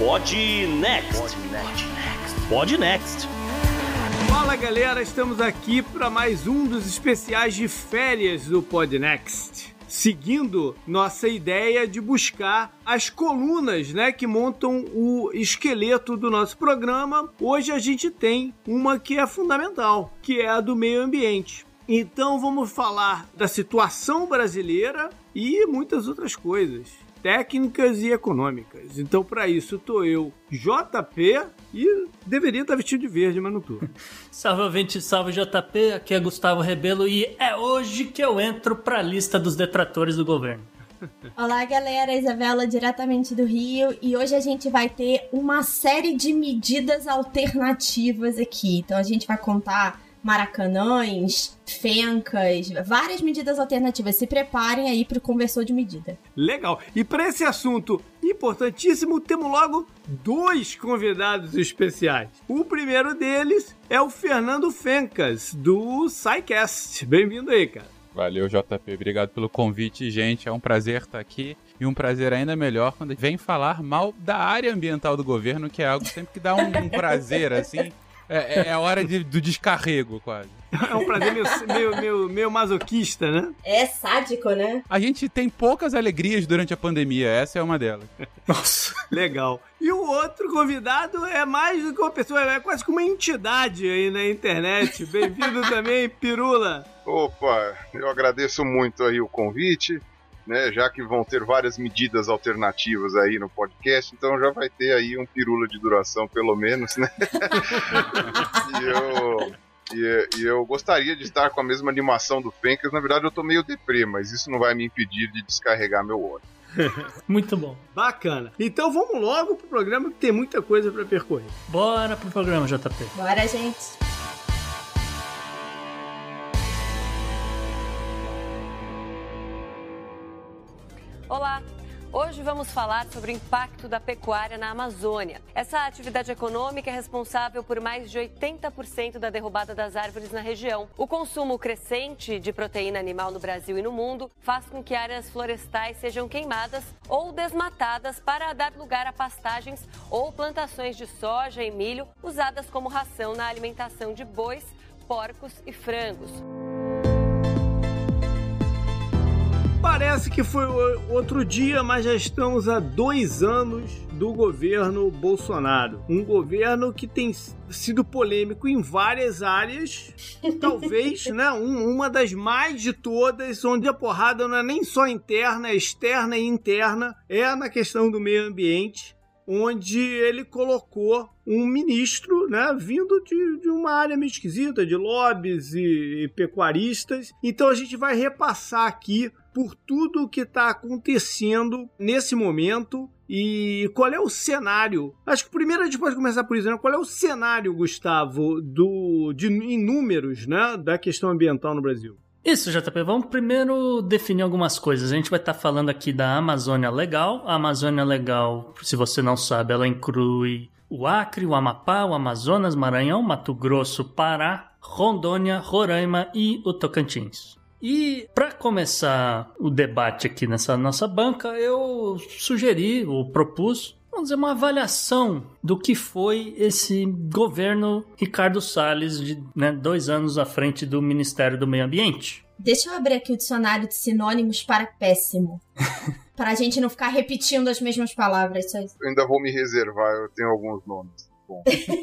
Pod Next. Pod Next. Fala galera, estamos aqui para mais um dos especiais de férias do Pod Next. Seguindo nossa ideia de buscar as colunas, né, que montam o esqueleto do nosso programa, hoje a gente tem uma que é fundamental, que é a do meio ambiente. Então vamos falar da situação brasileira e muitas outras coisas, técnicas e econômicas. Então para isso tô eu, JP, e deveria estar vestido de verde, mas não tô. Salve ouvinte, salve JP, aqui é Gustavo Rebelo e é hoje que eu entro pra lista dos detratores do governo. Olá galera, Isabela diretamente do Rio, e hoje a gente vai ter uma série de medidas alternativas aqui. Então a gente vai contar maracanãs, fencas, várias medidas alternativas. Se preparem aí pro conversor de medida. Legal. E para esse assunto importantíssimo, temos logo dois convidados especiais. O primeiro deles é o Fernando Fencas, do SciCast. Bem-vindo aí, cara. Valeu, JP. Obrigado pelo convite, gente. É um prazer estar aqui. E um prazer ainda melhor quando vem falar mal da área ambiental do governo, que é algo sempre que dá um prazer, assim. É a hora do descarrego, quase. É um prazer meio masoquista, né? É sádico, né? A gente tem poucas alegrias durante a pandemia, essa é uma delas. Nossa, legal. E o outro convidado é mais do que uma pessoa, é quase que uma entidade aí na internet. Bem-vindo também, Pirula. Opa, eu agradeço muito aí o convite, né, já que vão ter várias medidas alternativas aí no podcast, então já vai ter aí um pirula de duração, pelo menos, né? E eu gostaria de estar com a mesma animação do Fencas. Na verdade eu tô meio deprê, mas isso não vai me impedir de descarregar meu óleo. Muito bom. Bacana. Então vamos logo pro programa, que tem muita coisa pra percorrer. Bora pro programa, JP. Bora, gente. Olá! Hoje vamos falar sobre o impacto da pecuária na Amazônia. Essa atividade econômica é responsável por mais de 80% da derrubada das árvores na região. O consumo crescente de proteína animal no Brasil e no mundo faz com que áreas florestais sejam queimadas ou desmatadas para dar lugar a pastagens ou plantações de soja e milho usadas como ração na alimentação de bois, porcos e frangos. Parece que foi outro dia, mas já estamos há 2 anos do governo Bolsonaro. Um governo que tem sido polêmico em várias áreas, talvez, né, uma das mais de todas, onde a porrada não é nem só interna, é externa e interna, é na questão do meio ambiente, onde ele colocou um ministro, né, vindo de uma área meio esquisita, de lobbies e pecuaristas. Então a gente vai repassar aqui por tudo o que está acontecendo nesse momento e qual é o cenário. Acho que primeiro a gente pode começar por isso, né? Qual é o cenário, Gustavo, em números, né, da questão ambiental no Brasil? Isso, JP. Vamos primeiro definir algumas coisas. A gente vai estar falando aqui da Amazônia Legal. A Amazônia Legal, se você não sabe, ela inclui o Acre, o Amapá, o Amazonas, Maranhão, Mato Grosso, Pará, Rondônia, Roraima e o Tocantins. E para começar o debate aqui nessa nossa banca, eu sugeri ou propus, vamos dizer, uma avaliação do que foi esse governo Ricardo Salles de 2 anos à frente do Ministério do Meio Ambiente. Deixa eu abrir aqui o dicionário de sinônimos para péssimo. Pra gente não ficar repetindo as mesmas palavras. Só isso. Eu ainda vou me reservar, eu tenho alguns nomes. Bom.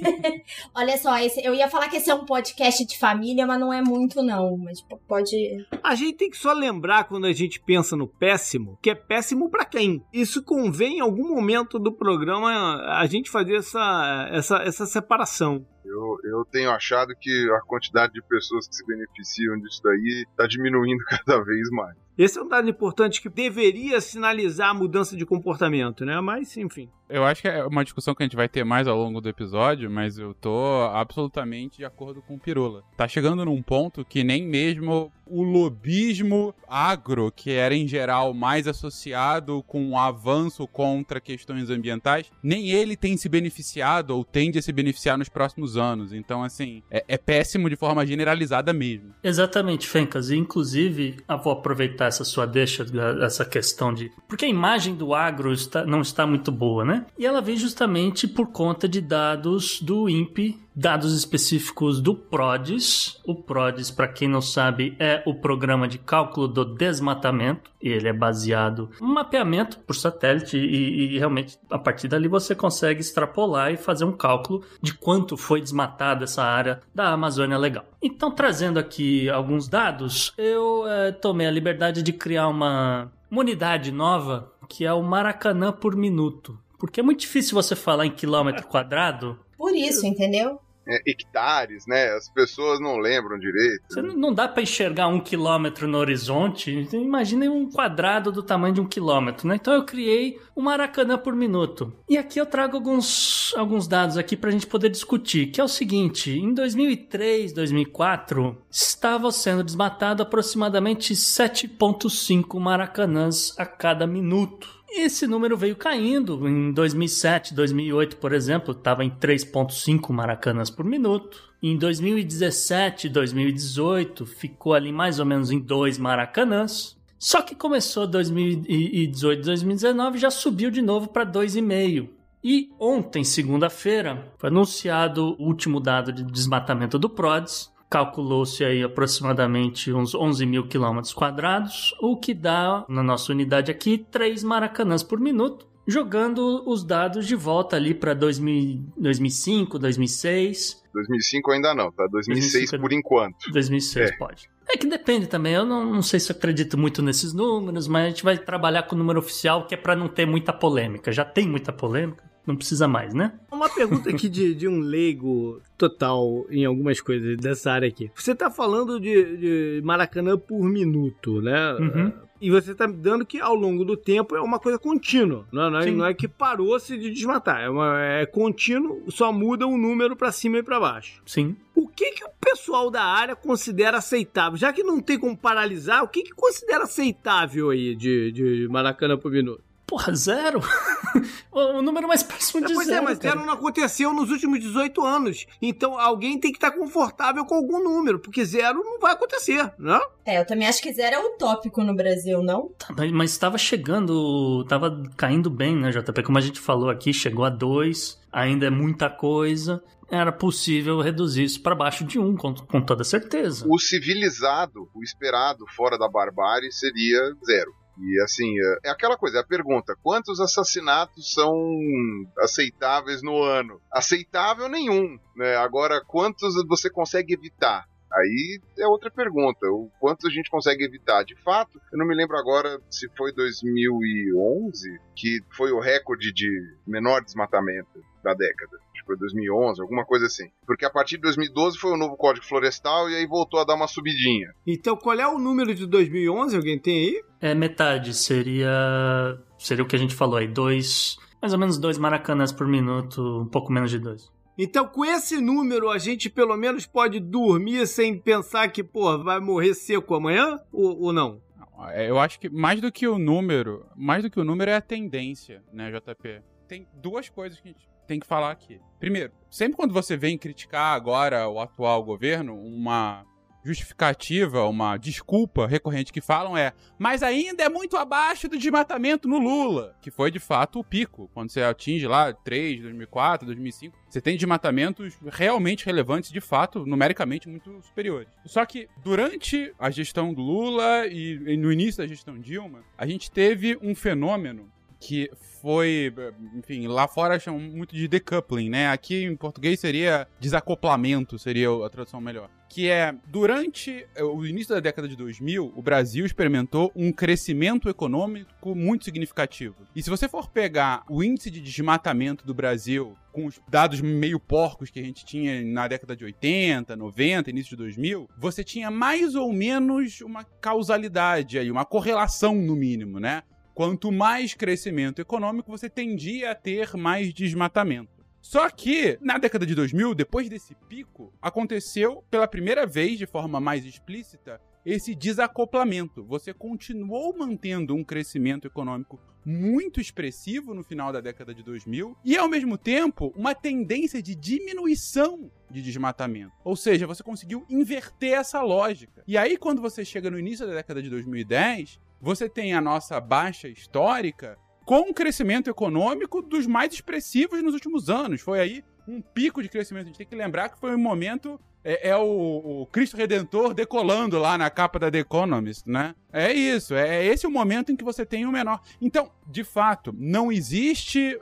Olha só, eu ia falar que esse é um podcast de família, mas não é muito não, mas pode... A gente tem que só lembrar, quando a gente pensa no péssimo, que é péssimo pra quem? Isso convém em algum momento do programa a gente fazer essa separação. Eu tenho achado que a quantidade de pessoas que se beneficiam disso daí está diminuindo cada vez mais. Esse é um dado importante que deveria sinalizar a mudança de comportamento, né? Mas, enfim. Eu acho que é uma discussão que a gente vai ter mais ao longo do episódio, mas eu tô absolutamente de acordo com o Pirula. Tá chegando num ponto que nem mesmo o lobismo agro, que era em geral mais associado com o avanço contra questões ambientais, nem ele tem se beneficiado ou tende a se beneficiar nos próximos anos. Então, assim, é péssimo de forma generalizada mesmo. Exatamente, Fencas. Inclusive, vou aproveitar aproveitar essa sua deixa, essa questão de... Porque a imagem do agro não está muito boa, né? E ela vem justamente por conta de dados do INPE, dados específicos do PRODES. O PRODES, para quem não sabe, é o Programa de Cálculo do Desmatamento. Ele é baseado em mapeamento por satélite e realmente, a partir dali, você consegue extrapolar e fazer um cálculo de quanto foi desmatada essa área da Amazônia Legal. Então, trazendo aqui alguns dados, eu tomei a liberdade de criar uma unidade nova, que é o Maracanã por minuto. Porque é muito difícil você falar em quilômetro quadrado. Por isso, entendeu? Hectares, né? As pessoas não lembram direito. Você não dá para enxergar 1 quilômetro no horizonte. Imagine um quadrado do tamanho de 1 quilômetro, né? Então eu criei o Maracanã por minuto. E aqui eu trago alguns dados aqui para a gente poder discutir, que é o seguinte: em 2003, 2004, estava sendo desmatado aproximadamente 7,5 Maracanãs a cada minuto. Esse número veio caindo. Em 2007, 2008, por exemplo, estava em 3,5 Maracanãs por minuto. Em 2017, 2018, ficou ali mais ou menos em 2 Maracanãs. Só que começou 2018, 2019, já subiu de novo para 2,5. E ontem, segunda-feira, foi anunciado o último dado de desmatamento do PRODES. Calculou-se aí aproximadamente uns 11 mil quilômetros quadrados, o que dá, na nossa unidade aqui, 3 Maracanãs por minuto, jogando os dados de volta ali para 2005, 2006. 2005 ainda não, tá? 2006 por enquanto. 2006 pode. É que depende também, eu não sei se eu acredito muito nesses números, mas a gente vai trabalhar com o número oficial, que é para não ter muita polêmica. Já tem muita polêmica. Não precisa mais, né? Uma pergunta aqui de um leigo total em algumas coisas dessa área aqui. Você tá falando de Maracanã por minuto, né? Uhum. E você tá me dando que ao longo do tempo é uma coisa contínua. Não é que parou-se de desmatar. É contínuo, só muda o número pra cima e pra baixo. Sim. O que o pessoal da área considera aceitável? Já que não tem como paralisar, o que considera aceitável aí de Maracanã por minuto? Porra, 0? O número mais próximo de 0. Pois é, mas 0 não aconteceu nos últimos 18 anos. Então alguém tem que estar confortável com algum número, porque 0 não vai acontecer, né? Eu também acho que 0 é utópico no Brasil, não? Tá, mas estava chegando, estava caindo bem, né, JP? Como a gente falou aqui, chegou a 2, ainda é muita coisa. Era possível reduzir isso para baixo de 1, com toda certeza. O civilizado, o esperado fora da barbárie seria 0. E assim, é aquela coisa, é a pergunta: quantos assassinatos são aceitáveis no ano? Aceitável nenhum, né? Agora, quantos você consegue evitar? Aí é outra pergunta, o quanto a gente consegue evitar. De fato, eu não me lembro agora se foi 2011 que foi o recorde de menor desmatamento da década. Acho que foi 2011, alguma coisa assim. Porque a partir de 2012 foi o novo Código Florestal e aí voltou a dar uma subidinha. Então qual é o número de 2011? Alguém tem aí? É metade, seria o que a gente falou aí, mais ou menos 2 Maracanãs por minuto, um pouco menos de 2. Então, com esse número, a gente pelo menos pode dormir sem pensar que, vai morrer seco amanhã? Ou não? Eu acho que mais do que o número é a tendência, né, JP? Tem duas coisas que a gente tem que falar aqui. Primeiro, sempre quando você vem criticar agora o atual governo, uma justificativa, uma desculpa recorrente que falam mas ainda é muito abaixo do desmatamento no Lula, que foi de fato o pico, quando você atinge lá 2004, 2005, você tem desmatamentos realmente relevantes, de fato, numericamente muito superiores. Só que durante a gestão do Lula e no início da gestão Dilma, a gente teve um fenômeno que foi, enfim, lá fora chamam muito de decoupling, né? Aqui em português seria desacoplamento, seria a tradução melhor. Que é, durante o início da década de 2000, o Brasil experimentou um crescimento econômico muito significativo. E se você for pegar o índice de desmatamento do Brasil com os dados meio porcos que a gente tinha na década de 80, 90, início de 2000, você tinha mais ou menos uma causalidade aí, uma correlação no mínimo, né? Quanto mais crescimento econômico, você tendia a ter mais desmatamento. Só que, na década de 2000, depois desse pico, aconteceu pela primeira vez, de forma mais explícita, esse desacoplamento. Você continuou mantendo um crescimento econômico muito expressivo no final da década de 2000 e, ao mesmo tempo, uma tendência de diminuição de desmatamento. Ou seja, você conseguiu inverter essa lógica. E aí, quando você chega no início da década de 2010, você tem a nossa baixa histórica com um crescimento econômico dos mais expressivos nos últimos anos. Foi aí um pico de crescimento. A gente tem que lembrar que foi um momento... o Cristo Redentor decolando lá na capa da The Economist, né? É isso, é esse o momento em que você tem o menor. Então, de fato, não existe...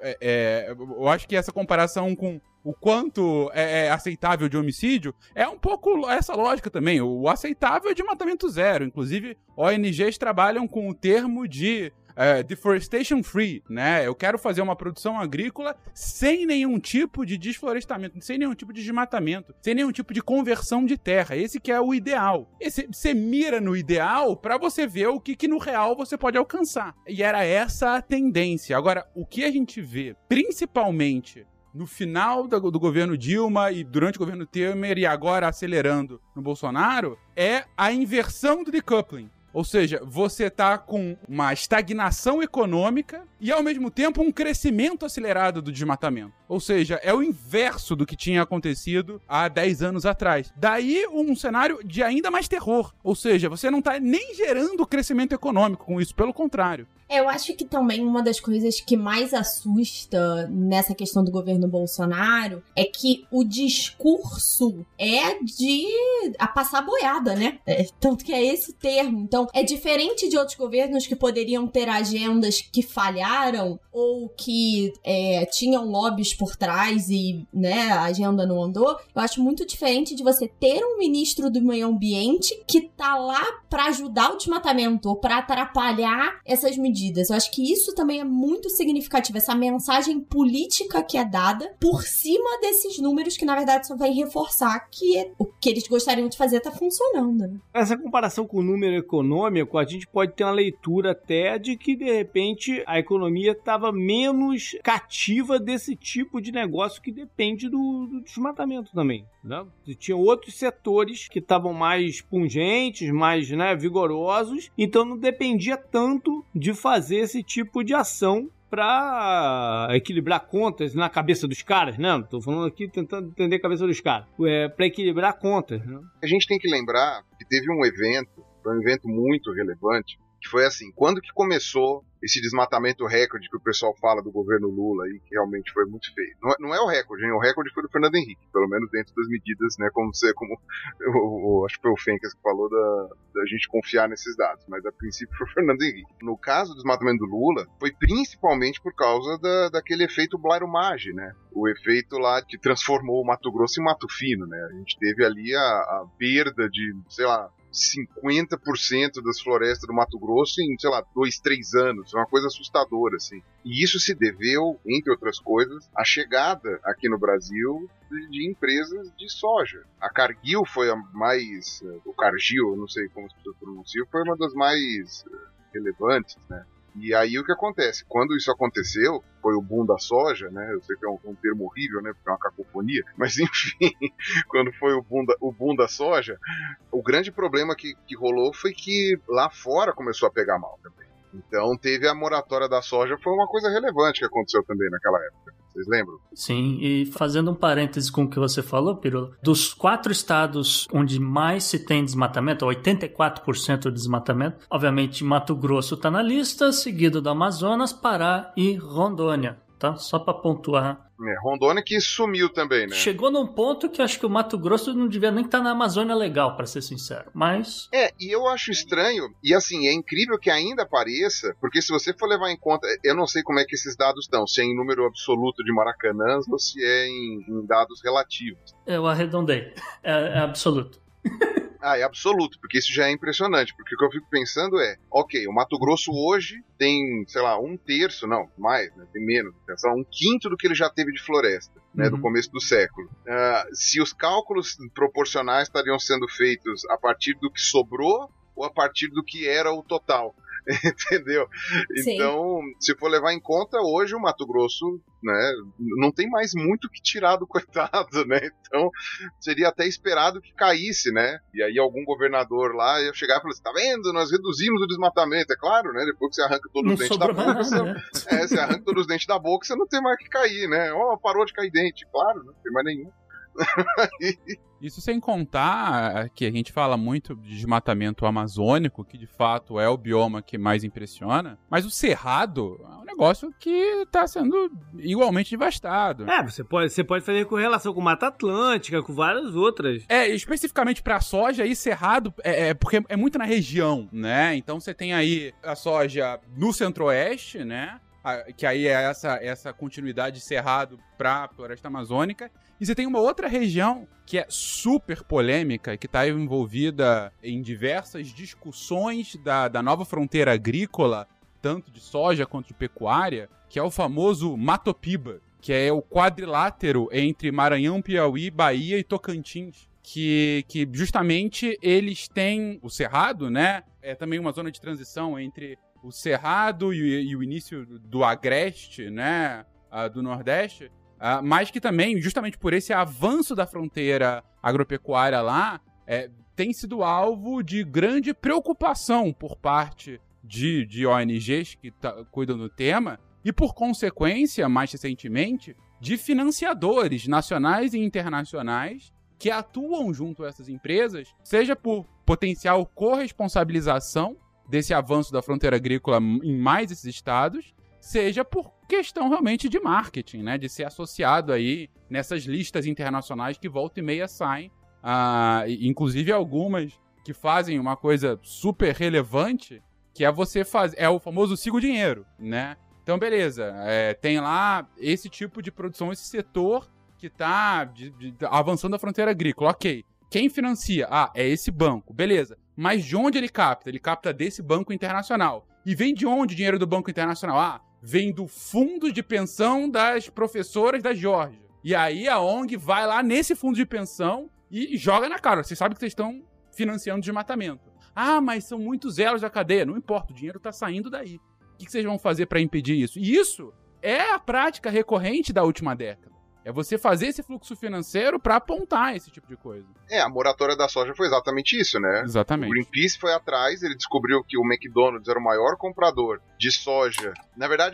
eu acho que essa comparação com o quanto é aceitável de homicídio é um pouco essa lógica também. O aceitável é de matamento zero. Inclusive, ONGs trabalham com o termo de... deforestation free, né? Eu quero fazer uma produção agrícola sem nenhum tipo de desflorestamento, sem nenhum tipo de desmatamento, sem nenhum tipo de conversão de terra. Esse que é o ideal. Você mira no ideal para você ver o que no real você pode alcançar. E era essa a tendência. Agora, o que a gente vê, principalmente no final do governo Dilma e durante o governo Temer e agora acelerando no Bolsonaro, é a inversão do decoupling. Ou seja, você está com uma estagnação econômica e, ao mesmo tempo, um crescimento acelerado do desmatamento. Ou seja, é o inverso do que tinha acontecido há 10 anos atrás. Daí, um cenário de ainda mais terror. Ou seja, você não está nem gerando crescimento econômico com isso, pelo contrário. Eu acho que também uma das coisas que mais assusta nessa questão do governo Bolsonaro é que o discurso é de a passar boiada, né? Tanto que é esse termo. Então, é diferente de outros governos que poderiam ter agendas que falharam ou que tinham lobbies por trás e, né, a agenda não andou. Eu acho muito diferente de você ter um ministro do meio ambiente que tá lá pra ajudar o desmatamento ou pra atrapalhar essas medidas. Eu acho que isso também é muito significativo, essa mensagem política que é dada por cima desses números que, na verdade, só vai reforçar que o que eles gostariam de fazer tá funcionando, né? Essa comparação com o número econômico, a gente pode ter uma leitura até de que, de repente, a economia estava menos cativa desse tipo de negócio que depende do desmatamento também, né? Tinha outros setores que estavam mais pungentes, mais, né, vigorosos, então não dependia tanto de fazer esse tipo de ação para equilibrar contas na cabeça dos caras, né? Tô falando aqui tentando entender a cabeça dos caras. Para equilibrar contas, né? A gente tem que lembrar que teve um evento muito relevante, que foi assim, quando que começou esse desmatamento recorde que o pessoal fala do governo Lula aí, que realmente foi muito feio. Não é o recorde, hein? O recorde foi do Fernando Henrique, pelo menos dentro das medidas, né, como acho que foi o Fencas que falou da gente confiar nesses dados, mas a princípio foi o Fernando Henrique. No caso do desmatamento do Lula, foi principalmente por causa daquele efeito Blairo-Maggi, né? O efeito lá que transformou o Mato Grosso em Mato Fino, né? A gente teve ali a perda de, sei lá, 50% das florestas do Mato Grosso em, sei lá, 2-3 anos. É uma coisa assustadora, assim. E isso se deveu, entre outras coisas, à chegada aqui no Brasil de empresas de soja. A Cargill foi a mais... O Cargill, não sei como as pessoas pronunciam, foi uma das mais relevantes, né? E aí o que acontece? Quando isso aconteceu, foi o boom da soja, né? Eu sei que é um termo horrível, né? Porque é uma cacofonia. Mas enfim, quando foi o boom da soja, o grande problema que rolou foi que lá fora começou a pegar mal também. Então teve a moratória da soja, foi uma coisa relevante que aconteceu também naquela época. Vocês lembram? Sim, e fazendo um parêntese com o que você falou, Pirula, dos 4 estados onde mais se tem desmatamento, 84% de desmatamento, obviamente Mato Grosso está na lista, seguido do Amazonas, Pará e Rondônia. Tá? Só para pontuar. Rondônia que sumiu também, né? Chegou num ponto que acho que o Mato Grosso não devia nem estar na Amazônia legal, para ser sincero, mas... E eu acho estranho, e assim, é incrível que ainda apareça, porque se você for levar em conta, eu não sei como é que esses dados estão, se é em número absoluto de Maracanãs ou se é em dados relativos. Eu arredondei, é absoluto. É absoluto, porque isso já é impressionante, porque o que eu fico pensando é, ok, o Mato Grosso hoje tem, sei lá, 1/3, não, mais, né, tem menos, sei lá, 1/5 do que ele já teve de floresta, né, do começo do século. Se os cálculos proporcionais estariam sendo feitos a partir do que sobrou ou a partir do que era o total. Entendeu? Sim. Então, se for levar em conta, hoje o Mato Grosso, né, não tem mais muito que tirar do coitado, né? Então, seria até esperado que caísse, né? E aí algum governador lá ia chegar e falar assim, tá vendo? Nós reduzimos o desmatamento. É claro, né? Depois que você arranca todos os dentes da boca, você arranca todos os dentes da boca, você não tem mais que cair, né? Parou de cair dente. Claro, não tem mais nenhum. Isso sem contar que a gente fala muito de desmatamento amazônico, que de fato é o bioma que mais impressiona, mas o cerrado é um negócio que está sendo igualmente devastado. Você pode fazer correlação com Mata Atlântica, com várias outras. Especificamente para a soja e cerrado, porque é muito na região, né? Então você tem aí a soja no centro-oeste, né? Que aí é essa continuidade de cerrado para a floresta amazônica. E você tem uma outra região que é super polêmica, que está envolvida em diversas discussões da nova fronteira agrícola, tanto de soja quanto de pecuária, que é o famoso Mato Piba, que é o quadrilátero entre Maranhão, Piauí, Bahia e Tocantins. Que justamente eles têm o Cerrado, né? É também uma zona de transição entre o Cerrado e o início do Agreste, né? Do Nordeste. Mas que também, justamente por esse avanço da fronteira agropecuária lá, tem sido alvo de grande preocupação por parte de ONGs que cuidam do tema e, por consequência, mais recentemente, de financiadores nacionais e internacionais que atuam junto a essas empresas, seja por potencial corresponsabilização desse avanço da fronteira agrícola em mais esses estados, seja por questão realmente de marketing, né? De ser associado aí nessas listas internacionais que volta e meia saem, inclusive algumas que fazem uma coisa super relevante, que é o famoso siga o dinheiro, né? Então, beleza, tem lá esse tipo de produção, esse setor que está avançando a fronteira agrícola, ok. Quem financia? É esse banco, beleza. Mas de onde ele capta? Ele capta desse banco internacional. E vem de onde o dinheiro do banco internacional? Vem do fundo de pensão das professoras da Geórgia. E aí a ONG vai lá nesse fundo de pensão e joga na cara. Vocês sabem que vocês estão financiando desmatamento. Mas são muitos elos da cadeia. Não importa, o dinheiro está saindo daí. O que vocês vão fazer para impedir isso? E isso é a prática recorrente da última década. É você fazer esse fluxo financeiro para apontar esse tipo de coisa. A moratória da soja foi exatamente isso, né? Exatamente. O Greenpeace foi atrás, ele descobriu que o McDonald's era o maior comprador de soja. Na verdade,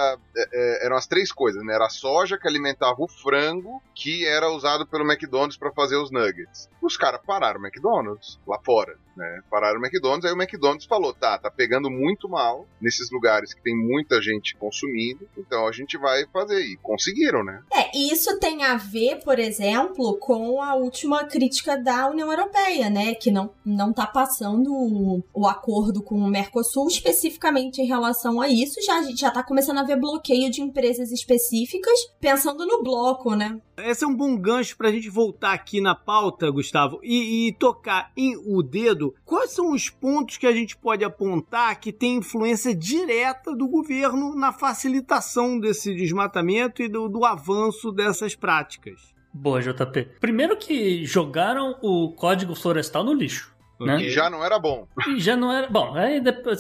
eram as três coisas, né? Era a soja que alimentava o frango, que era usado pelo McDonald's para fazer os nuggets. Os caras pararam o McDonald's lá fora, né? Pararam o McDonald's, aí o McDonald's falou, tá pegando muito mal nesses lugares que tem muita gente consumindo, então a gente vai fazer. E conseguiram, né? Isso tem a ver, por exemplo, com a última crítica da União Europeia, né? Que não tá passando o acordo com o Mercosul especificamente em relação a isso. A gente já tá começando a ver bloqueio de empresas específicas pensando no bloco, né? Esse é um bom gancho pra gente voltar aqui na pauta, Gustavo, e tocar o dedo. Quais são os pontos que a gente pode apontar que tem influência direta do governo na facilitação desse desmatamento e do avanço dessas práticas? Boa, JP. Primeiro que jogaram o Código Florestal no lixo. Né? Que já não era bom. E já não era... Bom, aí depois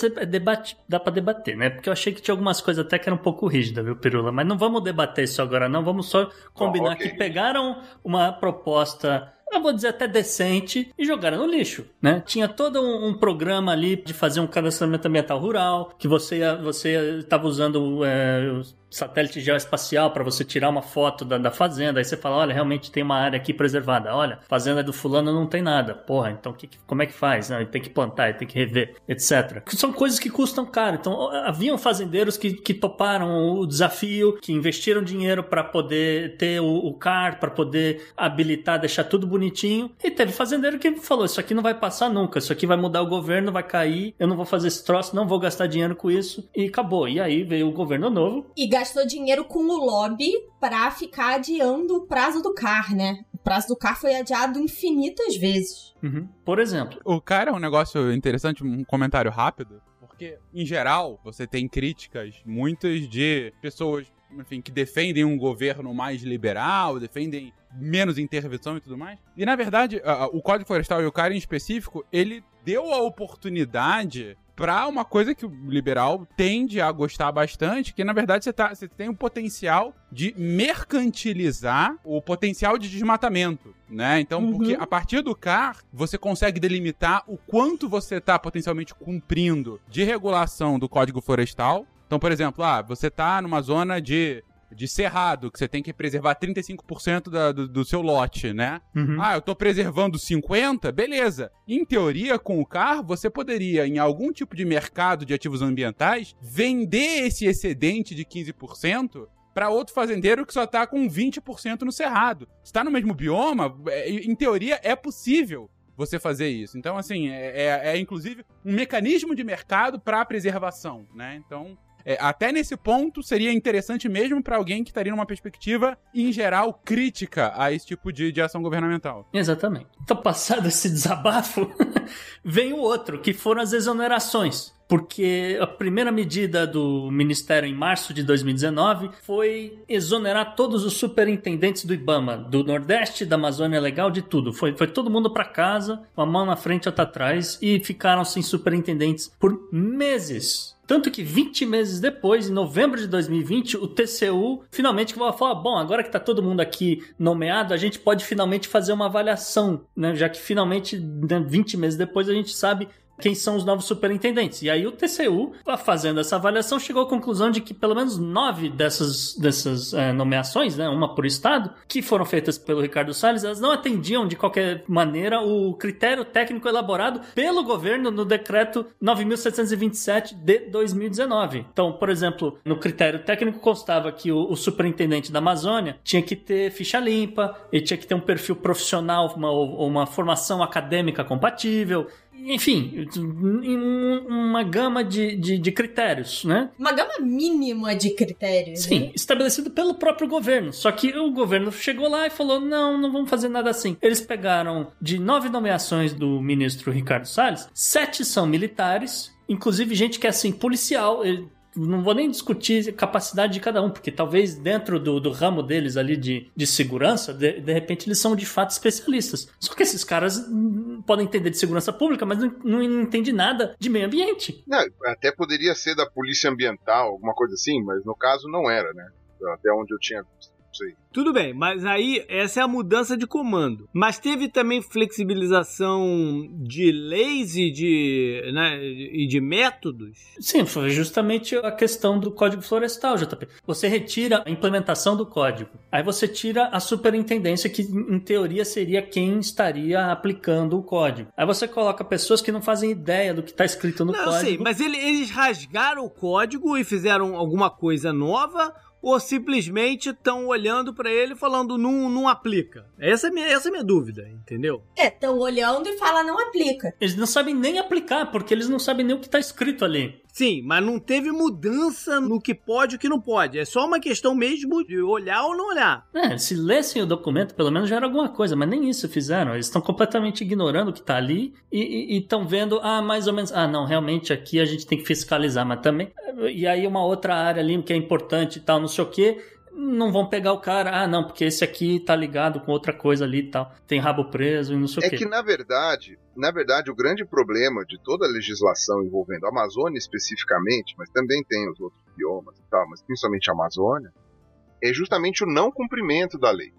dá pra debater, né? Porque eu achei que tinha algumas coisas até que eram um pouco rígidas, viu, Pirula? Mas não vamos debater isso agora, não. Vamos só combinar que pegaram uma proposta... eu vou dizer até decente, e jogaram no lixo, né? Tinha todo um programa ali de fazer um cadastramento ambiental rural, que você estava usando satélite geoespacial para você tirar uma foto da fazenda, aí você fala, olha, realmente tem uma área aqui preservada, olha, fazenda do fulano não tem nada, porra, então como é que faz? Não, ele tem que plantar, ele tem que rever, etc. São coisas que custam caro, então haviam fazendeiros que toparam o desafio, que investiram dinheiro para poder ter o CAR, para poder habilitar, deixar tudo bonitinho, e teve fazendeiro que falou, isso aqui não vai passar nunca, isso aqui vai mudar o governo, vai cair, eu não vou fazer esse troço, não vou gastar dinheiro com isso, e acabou. E aí veio o governo novo. E gastou dinheiro com o lobby pra ficar adiando o prazo do CAR, né? O prazo do CAR foi adiado infinitas vezes. Uhum. Por exemplo. O CAR é um negócio interessante, um comentário rápido, porque, em geral, você tem críticas muitas de pessoas, enfim, que defendem um governo mais liberal, defendem menos intervenção e tudo mais. E, na verdade, o Código Florestal e o CAR em específico, ele deu a oportunidade pra uma coisa que o liberal tende a gostar bastante, que na verdade você tem o potencial de mercantilizar o potencial de desmatamento, né? Então, porque a partir do CAR, você consegue delimitar o quanto você tá potencialmente cumprindo de regulação do Código Florestal. Então, por exemplo, você tá numa zona de cerrado, que você tem que preservar 35% do seu lote, né? Eu tô preservando 50%, beleza. Em teoria, com o CAR, você poderia, em algum tipo de mercado de ativos ambientais, vender esse excedente de 15% para outro fazendeiro que só tá com 20% no cerrado. Se tá no mesmo bioma, em teoria, é possível você fazer isso. Então, assim, é inclusive um mecanismo de mercado para preservação, né? Então, até nesse ponto, seria interessante mesmo para alguém que estaria numa perspectiva, em geral, crítica a esse tipo de ação governamental. Exatamente. Então, passado esse desabafo, vem o outro, que foram as exonerações. Porque a primeira medida do Ministério em março de 2019 foi exonerar todos os superintendentes do IBAMA, do Nordeste, da Amazônia Legal, de tudo. Foi todo mundo para casa, uma mão na frente e outra atrás, e ficaram sem superintendentes por meses. Tanto que 20 meses depois, em novembro de 2020, o TCU finalmente falou, bom, agora que está todo mundo aqui nomeado, a gente pode finalmente fazer uma avaliação, né? Já que finalmente, 20 meses depois, a gente sabe quem são os novos superintendentes. E aí o TCU, fazendo essa avaliação, chegou à conclusão de que pelo menos 9 dessas nomeações, né, uma por estado, que foram feitas pelo Ricardo Salles, elas não atendiam de qualquer maneira o critério técnico elaborado pelo governo no decreto 9.727 de 2019. Então, por exemplo, no critério técnico constava que o superintendente da Amazônia tinha que ter ficha limpa, ele tinha que ter um perfil profissional, uma formação acadêmica compatível, enfim, uma gama de critérios, né? Uma gama mínima de critérios. Sim, né? Estabelecido pelo próprio governo. Só que o governo chegou lá e falou, não vamos fazer nada assim. Eles pegaram de 9 nomeações do ministro Ricardo Salles, 7 são militares, inclusive gente que é assim, policial. Não vou nem discutir a capacidade de cada um, porque talvez dentro do ramo deles ali de segurança, de repente eles são de fato especialistas. Só que esses caras podem entender de segurança pública, mas não entendem nada de meio ambiente. Não, até poderia ser da polícia ambiental, alguma coisa assim, mas no caso não era, né? Até onde eu tinha visto. Sei. Tudo bem, mas aí essa é a mudança de comando. Mas teve também flexibilização de leis e de métodos? Sim, foi justamente a questão do Código Florestal, JP. Você retira a implementação do código. Aí você tira a superintendência, que em teoria seria quem estaria aplicando o código. Aí você coloca pessoas que não fazem ideia do que está escrito no código. Eu sei, mas eles rasgaram o código e fizeram alguma coisa nova? Ou simplesmente estão olhando para ele e falando não aplica? Essa é a minha dúvida, entendeu? Estão olhando e falam não aplica. Eles não sabem nem aplicar, porque eles não sabem nem o que está escrito ali. Sim, mas não teve mudança no que pode e o que não pode. É só uma questão mesmo de olhar ou não olhar. Se lessem o documento, pelo menos já era alguma coisa, mas nem isso fizeram. Eles estão completamente ignorando o que está ali e estão vendo, mais ou menos, não, realmente aqui a gente tem que fiscalizar, mas também... E aí uma outra área ali que é importante e tal, não sei o quê... Não vão pegar o cara, não, porque esse aqui tá ligado com outra coisa ali e tal. Tem rabo preso e não sei o quê. É que, na verdade, o grande problema de toda a legislação envolvendo a Amazônia especificamente, mas também tem os outros biomas e tal, mas principalmente a Amazônia, é justamente o não cumprimento da lei.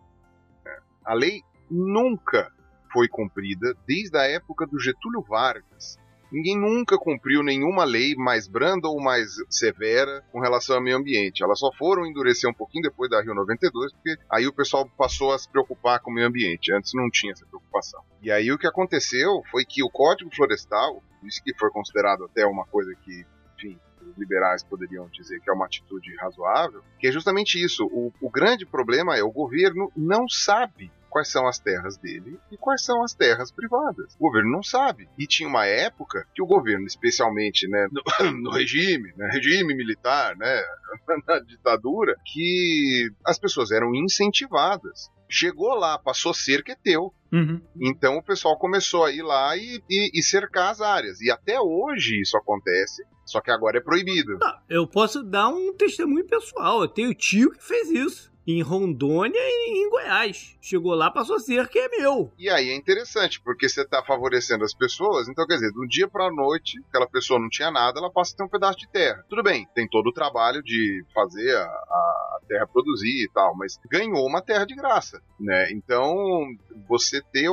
A lei nunca foi cumprida desde a época do Getúlio Vargas. Ninguém nunca cumpriu nenhuma lei mais branda ou mais severa com relação ao meio ambiente. Elas só foram endurecer um pouquinho depois da Rio 92, porque aí o pessoal passou a se preocupar com o meio ambiente. Antes não tinha essa preocupação. E aí o que aconteceu foi que o Código Florestal, isso que foi considerado até uma coisa que, enfim, os liberais poderiam dizer que é uma atitude razoável, que é justamente isso. O grande problema é o governo não sabe quais são as terras dele e quais são as terras privadas. O governo não sabe. E tinha uma época que o governo, especialmente no regime militar, na ditadura, que as pessoas eram incentivadas. Chegou lá, passou cerca é teu. Uhum. Então o pessoal começou a ir lá e cercar as áreas. E até hoje isso acontece, só que agora é proibido. Eu posso dar um testemunho pessoal. Eu tenho tio que fez isso. em Rondônia e em Goiás. Chegou lá, passou a ser que é meu. E aí é interessante, porque você tá favorecendo as pessoas, então quer dizer, do dia pra noite, aquela pessoa não tinha nada, ela passa a ter um pedaço de terra. Tudo bem, tem todo o trabalho de fazer a terra produzir e tal, mas ganhou uma terra de graça, né? Então, você ter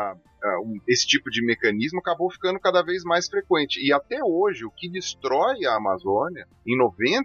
esse tipo de mecanismo acabou ficando cada vez mais frequente. E até hoje, o que destrói a Amazônia, em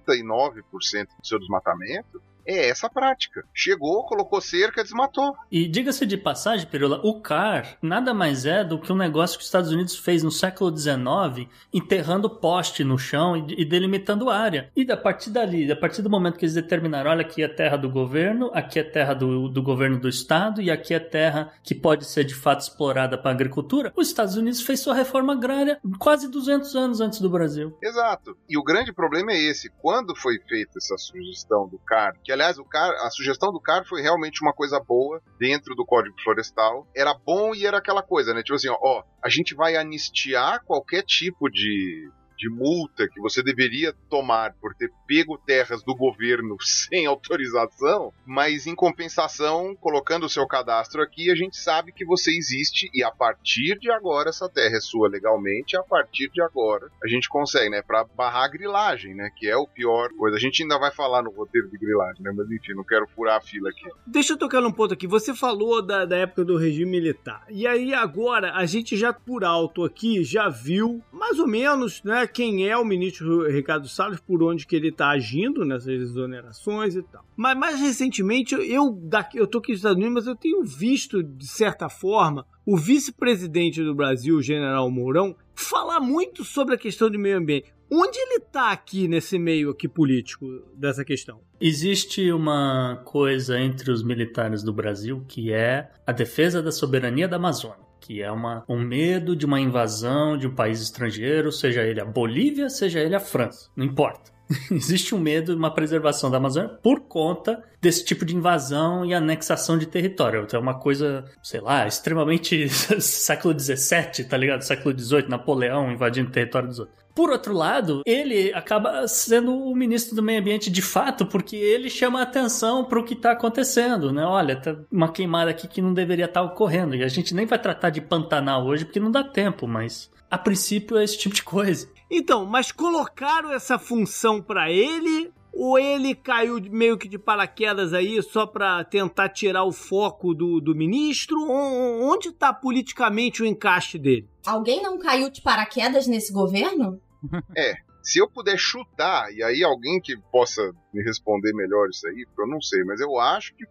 99% do seu desmatamento, é essa prática. Chegou, colocou cerca, desmatou. E diga-se de passagem, Pirula, o CAR nada mais é do que um negócio que os Estados Unidos fez no século XIX, enterrando poste no chão e delimitando área. E a partir dali, a partir do momento que eles determinaram, olha, aqui é terra do governo, aqui é terra do governo do estado e aqui é terra que pode ser de fato explorada para a agricultura, os Estados Unidos fez sua reforma agrária quase 200 anos antes do Brasil. Exato. E o grande problema é esse. Quando foi feita essa sugestão do CAR, que aliás, a sugestão do CAR foi realmente uma coisa boa dentro do Código Florestal. Era bom e era aquela coisa, né? Tipo assim, ó, a gente vai anistiar qualquer tipo de multa que você deveria tomar por ter pego terras do governo sem autorização, mas em compensação, colocando o seu cadastro aqui, a gente sabe que você existe e a partir de agora essa terra é sua legalmente, e a partir de agora a gente consegue, né, pra barrar a grilagem, né, que é o pior coisa. A gente ainda vai falar no roteiro de grilagem, né, mas enfim, não quero furar a fila aqui. Deixa eu tocar num ponto aqui. Você falou da época do regime militar. E aí agora a gente já por alto aqui já viu mais ou menos, né, quem é o ministro Ricardo Salles, por onde que ele está agindo nessas exonerações e tal. Mas mais recentemente, eu tô aqui nos Estados Unidos, mas eu tenho visto, de certa forma, o vice-presidente do Brasil, o general Mourão, falar muito sobre a questão do meio ambiente. Onde ele está aqui nesse meio aqui político dessa questão? Existe uma coisa entre os militares do Brasil que é a defesa da soberania da Amazônia, que é um medo de uma invasão de um país estrangeiro, seja ele a Bolívia, seja ele a França, não importa. Existe um medo de uma preservação da Amazônia por conta desse tipo de invasão e anexação de território. Então é uma coisa, sei lá, extremamente século XVII, tá ligado? Século XVIII, Napoleão invadindo o território dos outros. Por outro lado, ele acaba sendo o ministro do meio ambiente de fato, porque ele chama a atenção para o que está acontecendo, né? Olha, tá uma queimada aqui que não deveria estar ocorrendo. E a gente nem vai tratar de Pantanal hoje, porque não dá tempo, mas a princípio é esse tipo de coisa. Então, mas colocaram essa função para ele ou ele caiu meio que de paraquedas aí só para tentar tirar o foco do ministro? Onde está politicamente o encaixe dele? Alguém não caiu de paraquedas nesse governo? Se eu puder chutar, e aí alguém que possa me responder melhor isso aí, eu não sei, mas eu acho que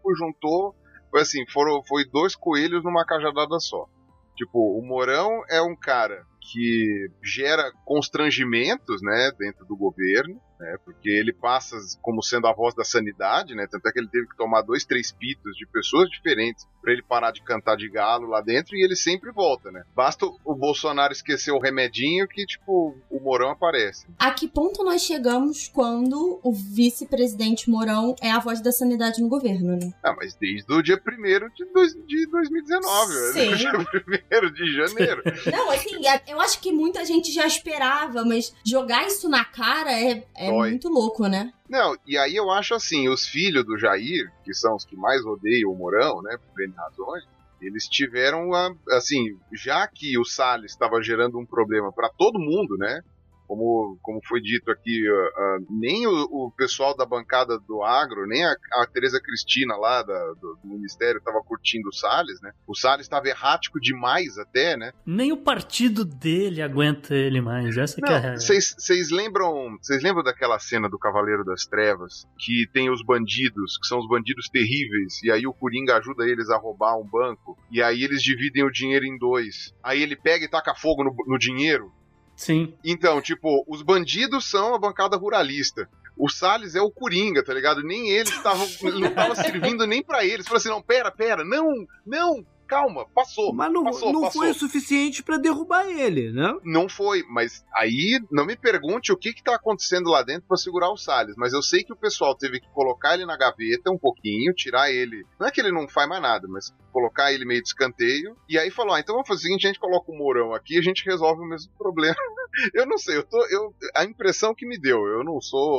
foi dois coelhos numa cajadada só. Tipo, o Mourão é um cara que gera constrangimentos, né, dentro do governo, né, porque ele passa como sendo a voz da sanidade, né, tanto é que ele teve que tomar 2, 3 pitos de pessoas diferentes para ele parar de cantar de galo lá dentro e ele sempre volta, né. Basta o Bolsonaro esquecer o remedinho que, tipo, o Mourão aparece. A que ponto nós chegamos quando o vice-presidente Mourão é a voz da sanidade no governo, né? Mas desde o dia 1º de 2019, Sim. Dia 1º de janeiro. Não, assim, eu acho que muita gente já esperava, mas jogar isso na cara é muito louco, né? Não, e aí eu acho assim, os filhos do Jair, que são os que mais odeiam o Mourão, né, por N razões, eles tiveram, assim, já que o Salles estava gerando um problema para todo mundo, né, como foi dito aqui, nem o pessoal da bancada do agro, nem a Tereza Cristina lá do Ministério estava curtindo o Salles, né? O Salles estava errático demais até, né? Nem o partido dele aguenta ele mais, essa que é a regra. Vocês lembram daquela cena do Cavaleiro das Trevas, que tem os bandidos, que são os bandidos terríveis, e aí o Coringa ajuda eles a roubar um banco, e aí eles dividem o dinheiro em 2. Aí ele pega e taca fogo no dinheiro. Sim. Então, tipo, os bandidos são a bancada ruralista. O Salles é o Coringa, tá ligado? Nem eles não tava servindo nem pra eles. Falou assim, não, pera, não, calma, passou. Mas não foi o suficiente pra derrubar ele, né? Não foi, mas aí não me pergunte o que tá acontecendo lá dentro pra segurar o Salles, mas eu sei que o pessoal teve que colocar ele na gaveta um pouquinho, tirar ele, não é que ele não faz mais nada, mas colocar ele meio de escanteio, e aí falou, então vamos fazer o seguinte, a gente coloca o Mourão aqui e a gente resolve o mesmo problema. Eu não sei, a impressão que me deu, eu não sou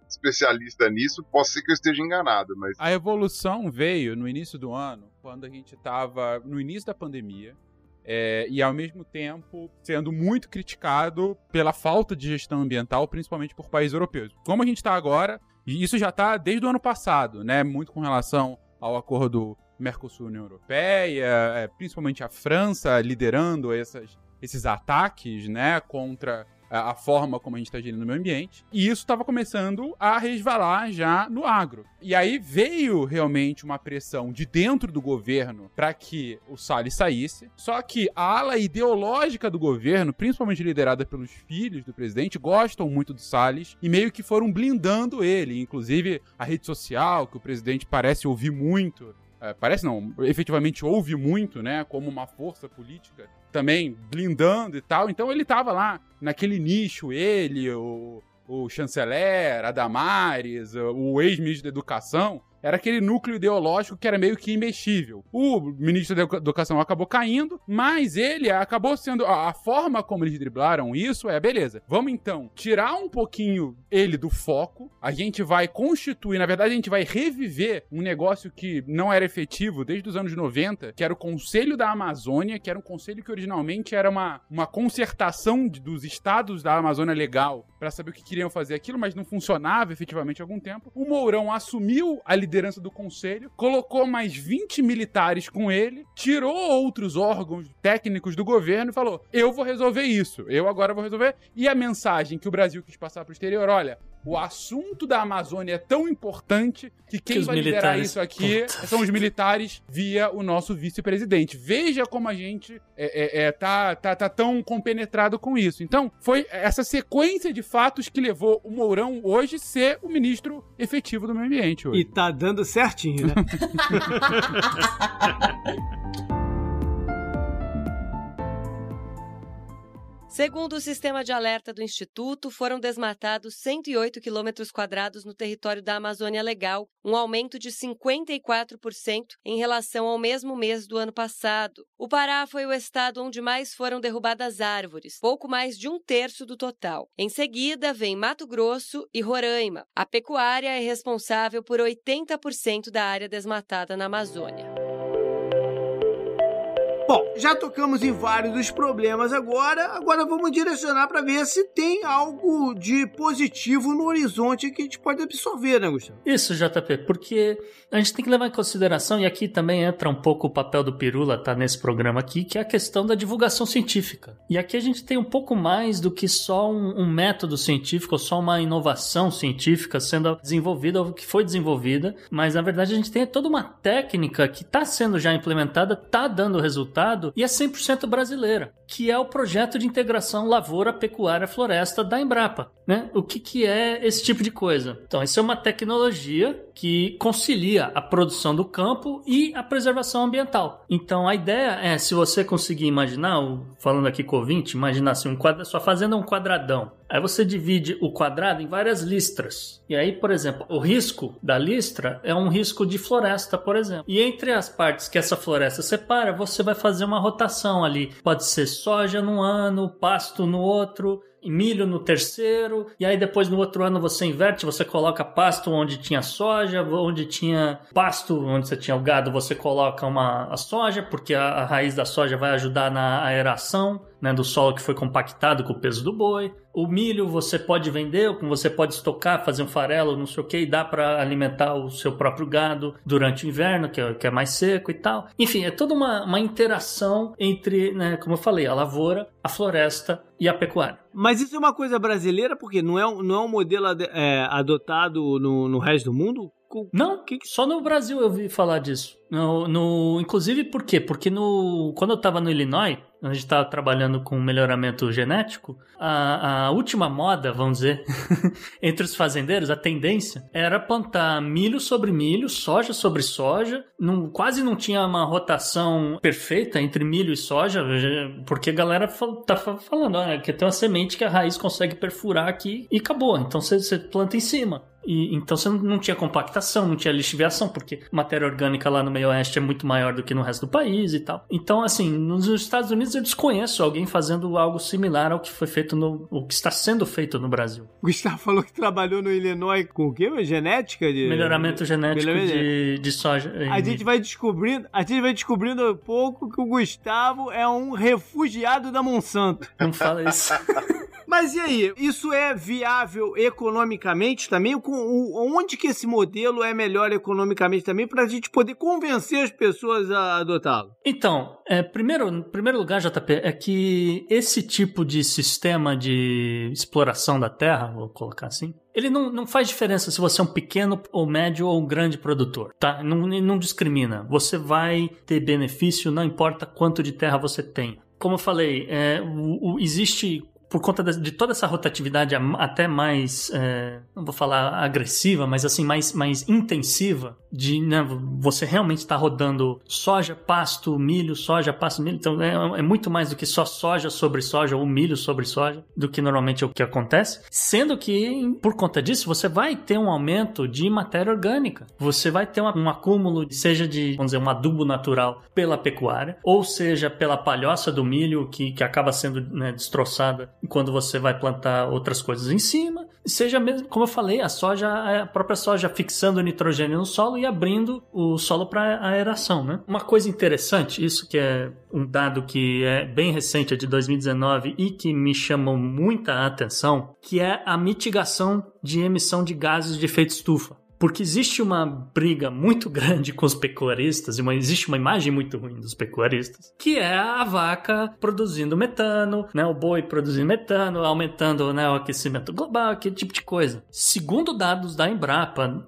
especialista nisso, posso ser que eu esteja enganado, mas... A evolução veio no início do ano, quando a gente estava no início da pandemia, e ao mesmo tempo sendo muito criticado pela falta de gestão ambiental, principalmente por países europeus. Como a gente está agora, e isso já está desde o ano passado, né? Muito com relação ao acordo Mercosul-União Europeia, principalmente a França liderando esses ataques, né, contra a forma como a gente está gerindo o meio ambiente, e isso estava começando a resvalar já no agro. E aí veio realmente uma pressão de dentro do governo para que o Salles saísse, só que a ala ideológica do governo, principalmente liderada pelos filhos do presidente, gostam muito do Salles e meio que foram blindando ele, inclusive a rede social, que o presidente parece ouvir muito, parece não, efetivamente ouve muito, né, como uma força política, também blindando e tal. Então ele tava lá naquele nicho, ele, o chanceler, a Damares, o ex-ministro da Educação, era aquele núcleo ideológico que era meio que imexível. O ministro da Educação acabou caindo, mas ele acabou sendo... A forma como eles driblaram isso beleza, vamos então tirar um pouquinho ele do foco, a gente vai constituir, na verdade a gente vai reviver um negócio que não era efetivo desde os anos 90, que era o Conselho da Amazônia, que era um conselho que originalmente era uma concertação dos estados da Amazônia Legal para saber o que queriam fazer aquilo, mas não funcionava efetivamente há algum tempo. O Mourão assumiu a liderança do conselho, colocou mais 20 militares com ele, tirou outros órgãos técnicos do governo e falou, eu vou resolver isso, eu agora vou resolver. E a mensagem que o Brasil quis passar para o exterior, olha, o assunto da Amazônia é tão importante que quem vai liderar isso aqui são os militares via o nosso vice-presidente. Veja como a gente tá tão compenetrado com isso. Então, foi essa sequência de fatos que levou o Mourão hoje ser o ministro efetivo do meio ambiente hoje. E tá dando certinho, né? Segundo o sistema de alerta do Instituto, foram desmatados 108 quilômetros quadrados no território da Amazônia Legal, um aumento de 54% em relação ao mesmo mês do ano passado. O Pará foi o estado onde mais foram derrubadas árvores, pouco mais de 1/3 do total. Em seguida, vem Mato Grosso e Roraima. A pecuária é responsável por 80% da área desmatada na Amazônia. Bom, já tocamos em vários dos problemas agora vamos direcionar para ver se tem algo de positivo no horizonte que a gente pode absorver, né, Gustavo? Isso, JP, porque a gente tem que levar em consideração, e aqui também entra um pouco o papel do Pirula, tá nesse programa aqui, que é a questão da divulgação científica. E aqui a gente tem um pouco mais do que só um método científico, ou só uma inovação científica sendo desenvolvida, ou que foi desenvolvida, mas na verdade a gente tem toda uma técnica que está sendo já implementada, está dando resultado, e é 100% brasileira, que é o projeto de integração lavoura-pecuária-floresta da Embrapa, né? O que é esse tipo de coisa? Então, isso é uma tecnologia que concilia a produção do campo e a preservação ambiental. Então, a ideia é, se você conseguir imaginar, falando aqui com o ouvinte, imaginar assim, sua fazenda é um quadradão. Aí você divide o quadrado em várias listras. E aí, por exemplo, o risco da listra é um risco de floresta, por exemplo. E entre as partes que essa floresta separa, você vai fazer uma rotação ali. Pode ser soja num ano, pasto no outro, milho no terceiro, e aí depois no outro ano você inverte, você coloca pasto onde tinha soja, onde tinha pasto, onde você tinha o gado, você coloca a soja, porque a raiz da soja vai ajudar na aeração, né, do solo que foi compactado com o peso do boi. O milho você pode vender, você pode estocar, fazer um farelo, não sei o que, e dá para alimentar o seu próprio gado durante o inverno, que é mais seco e tal. Enfim, é toda uma interação entre, né, como eu falei, a lavoura, a floresta e a pecuária. Mas isso é uma coisa brasileira, porque não é um modelo adotado no resto do mundo? Não, só no Brasil eu ouvi falar disso. Inclusive por quê? Porque quando eu estava no Illinois, a gente estava trabalhando com melhoramento genético, a última moda, vamos dizer, entre os fazendeiros, a tendência era plantar milho sobre milho, soja sobre soja. Quase não tinha uma rotação perfeita entre milho e soja, porque a galera tá falando que tem uma semente que a raiz consegue perfurar aqui e acabou. Então você planta em cima. E então você não tinha compactação, não tinha lixiviação, porque matéria orgânica lá no meio oeste é muito maior do que no resto do país e tal. Então, assim, nos Estados Unidos eu desconheço alguém fazendo algo similar ao que foi feito o que está sendo feito no Brasil. O Gustavo falou que trabalhou no Illinois com o quê? Genética? Melhoramento genético de soja. A gente vai descobrindo um pouco que o Gustavo é um refugiado da Monsanto. Não fala isso. Mas e aí? Isso é viável economicamente também? Onde que esse modelo é melhor economicamente também para a gente poder convencer as pessoas a adotá-lo? Então, em primeiro lugar, JP, é que esse tipo de sistema de exploração da terra, vou colocar assim, ele não faz diferença se você é um pequeno ou médio ou um grande produtor, tá? Não discrimina. Você vai ter benefício, não importa quanto de terra você tem. Como eu falei, existe... Por conta de toda essa rotatividade até mais, não vou falar agressiva, mas assim, mais intensiva, de você realmente estar rodando soja, pasto, milho, soja, pasto, milho. Então é muito mais do que só soja sobre soja ou milho sobre soja, do que normalmente é o que acontece. Sendo que, por conta disso, você vai ter um aumento de matéria orgânica. Você vai ter um acúmulo, seja de, vamos dizer, um adubo natural pela pecuária, ou seja, pela palhoça do milho que acaba sendo destroçada quando você vai plantar outras coisas em cima, seja mesmo, como eu falei, a própria soja fixando nitrogênio no solo e abrindo o solo para aeração, né? Uma coisa interessante, isso que é um dado que é bem recente, é de 2019 e que me chamou muita atenção, que é a mitigação de emissão de gases de efeito estufa. Porque existe uma briga muito grande com os pecuaristas, existe uma imagem muito ruim dos pecuaristas, que é a vaca produzindo metano, né, o boi produzindo metano, aumentando, né, o aquecimento global, aquele tipo de coisa. Segundo dados da Embrapa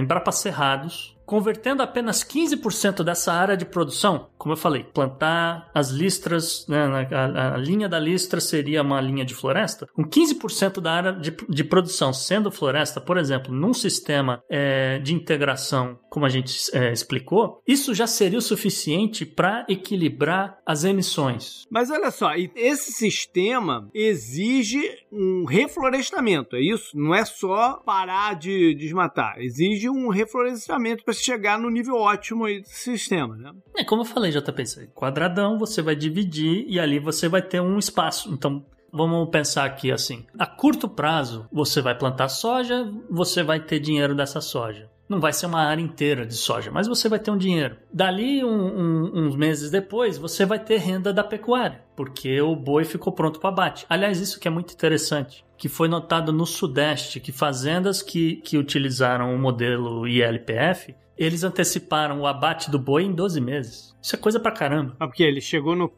Cerrados, convertendo apenas 15% dessa área de produção, como eu falei, plantar as listras, né, a linha da listra seria uma linha de floresta, com 15% da área de produção sendo floresta, por exemplo, num sistema de integração, como a gente explicou, isso já seria o suficiente para equilibrar as emissões. Mas olha só, esse sistema exige um reflorestamento, é isso? Não é só parar de desmatar, exige um reflorestamento para chegar no nível ótimo aí desse sistema, né? Como eu falei, JP, quadradão, você vai dividir e ali você vai ter um espaço. Então, vamos pensar aqui assim. A curto prazo, você vai plantar soja, você vai ter dinheiro dessa soja. Não vai ser uma área inteira de soja, mas você vai ter um dinheiro. Dali, uns meses depois, você vai ter renda da pecuária, porque o boi ficou pronto para abate. Aliás, isso que é muito interessante, que foi notado no Sudeste, que fazendas que utilizaram o modelo ILPF, eles anteciparam o abate do boi em 12 meses. Isso é coisa pra caramba. Ah, porque ele chegou no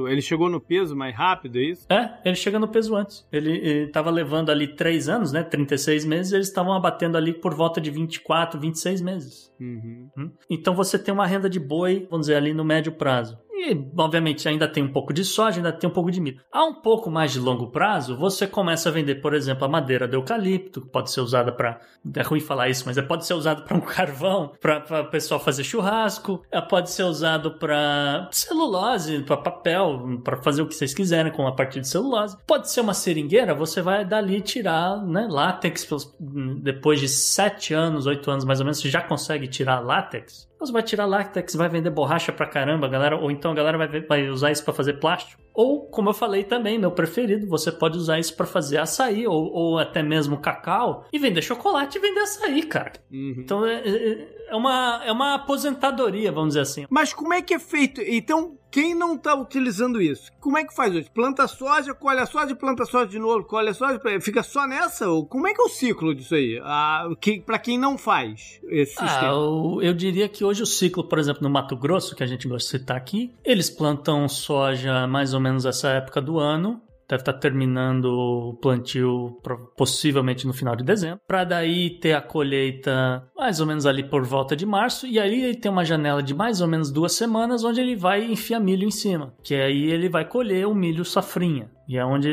peso mais rápido, é isso? Ele chega no peso antes. Ele tava levando ali 3 anos, né? 36 meses, eles estavam abatendo ali por volta de 24, 26 meses. Uhum. Então você tem uma renda de boi, vamos dizer, ali no médio prazo. E, obviamente, ainda tem um pouco de soja, ainda tem um pouco de milho. A um pouco mais de longo prazo, você começa a vender, por exemplo, a madeira do eucalipto, que pode ser usada para... É ruim falar isso, mas pode ser usado para um carvão, para o pessoal fazer churrasco. Pode ser usado para celulose, para papel, para fazer o que vocês quiserem com a partir de celulose. Pode ser uma seringueira, você vai dali tirar, né, látex. Depois de 7 anos, 8 anos mais ou menos, você já consegue tirar látex. Você vai tirar látex, vai vender borracha pra caramba, galera, ou então a galera vai usar isso pra fazer plástico. Ou, como eu falei também, meu preferido, você pode usar isso pra fazer açaí, ou até mesmo cacau, e vender chocolate e vender açaí, cara. Uhum. Então é uma aposentadoria, vamos dizer assim. Mas como é que é feito? Então, quem não tá utilizando isso, como é que faz hoje? Planta soja, colhe a soja, planta soja de novo, colhe a soja, fica só nessa? Ou como é que é o ciclo disso aí? Pra quem não faz esse sistema? Eu diria que hoje o ciclo, por exemplo, no Mato Grosso, que a gente gosta de citar aqui, eles plantam soja mais ou menos essa época do ano. Deve estar terminando o plantio possivelmente no final de dezembro, para daí ter a colheita mais ou menos ali por volta de março, e aí ele tem uma janela de mais ou menos 2 semanas onde ele vai enfiar milho em cima, que aí ele vai colher o milho safrinha, e é onde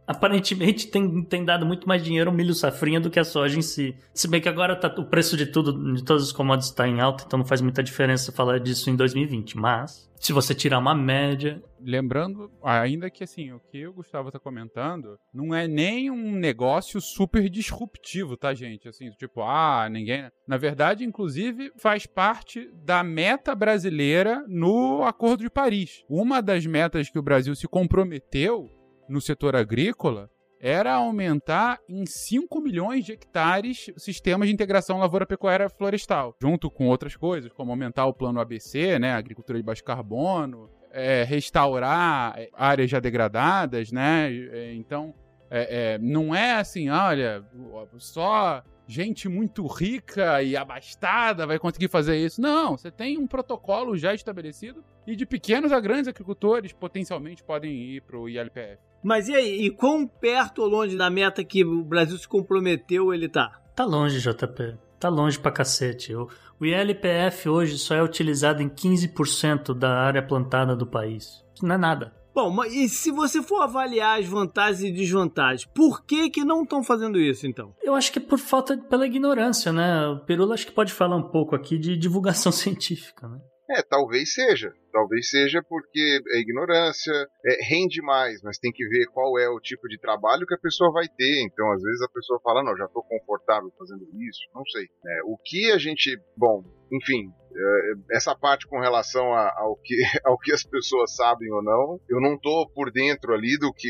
Aparentemente tem dado muito mais dinheiro o milho safrinha do que a soja em si. Se bem que agora o preço de todos os commodities está em alta, então não faz muita diferença falar disso em 2020. Mas, se você tirar uma média... Lembrando, ainda que assim, o que o Gustavo tá comentando não é nem um negócio super disruptivo, tá, gente? Assim, tipo, ninguém... Na verdade, inclusive, faz parte da meta brasileira no Acordo de Paris. Uma das metas que o Brasil se comprometeu no setor agrícola era aumentar em 5 milhões de hectares sistemas de integração lavoura-pecuária florestal, junto com outras coisas, como aumentar o plano ABC, né, agricultura de baixo carbono, restaurar áreas já degradadas, né, então não é assim, olha, só gente muito rica e abastada vai conseguir fazer isso. Não, você tem um protocolo já estabelecido e de pequenos a grandes agricultores potencialmente podem ir para o ILPF. Mas e aí, e quão perto ou longe da meta que o Brasil se comprometeu ele tá? Tá longe, JP. Tá longe pra cacete. O ILPF hoje só é utilizado em 15% da área plantada do país. Isso não é nada. Bom, mas e se você for avaliar as vantagens e desvantagens, por que não estão fazendo isso, então? Eu acho que é pela ignorância, né? O Pirula acho que pode falar um pouco aqui de divulgação científica, né? Talvez seja. Talvez seja porque é ignorância, rende mais, mas tem que ver qual é o tipo de trabalho que a pessoa vai ter. Então, às vezes a pessoa fala, não, já estou confortável fazendo isso, não sei. O que a gente... Bom, enfim, essa parte com relação ao que as pessoas sabem ou não, eu não estou por dentro ali do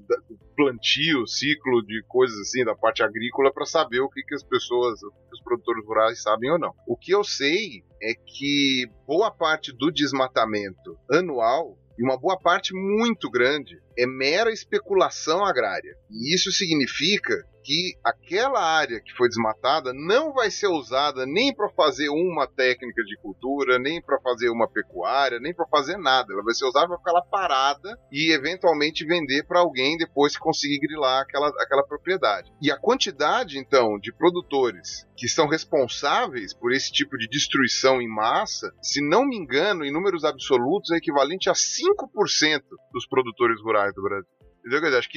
plantio, ciclo de coisas assim, da parte agrícola, para saber o que as pessoas, os produtores rurais sabem ou não. O que eu sei é que boa parte do desmatamento anual, e uma boa parte muito grande, é mera especulação agrária. E isso significa que aquela área que foi desmatada não vai ser usada nem para fazer uma técnica de cultura, nem para fazer uma pecuária, nem para fazer nada. Ela vai ser usada para ficar lá parada e eventualmente vender para alguém depois que conseguir grilar aquela propriedade. E a quantidade, então, de produtores que são responsáveis por esse tipo de destruição em massa, se não me engano, em números absolutos, é equivalente a 5% dos produtores rurais do Brasil. Entendeu? Acho que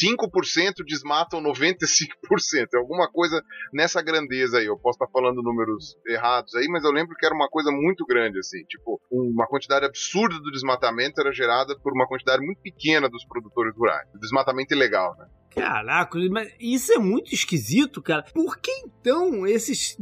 5% desmatam 95%. É alguma coisa nessa grandeza aí. Eu posso estar falando números errados aí, mas eu lembro que era uma coisa muito grande, assim. Tipo, uma quantidade absurda do desmatamento era gerada por uma quantidade muito pequena dos produtores rurais. Desmatamento ilegal, né? Caraca, mas isso é muito esquisito, cara. Por que então esses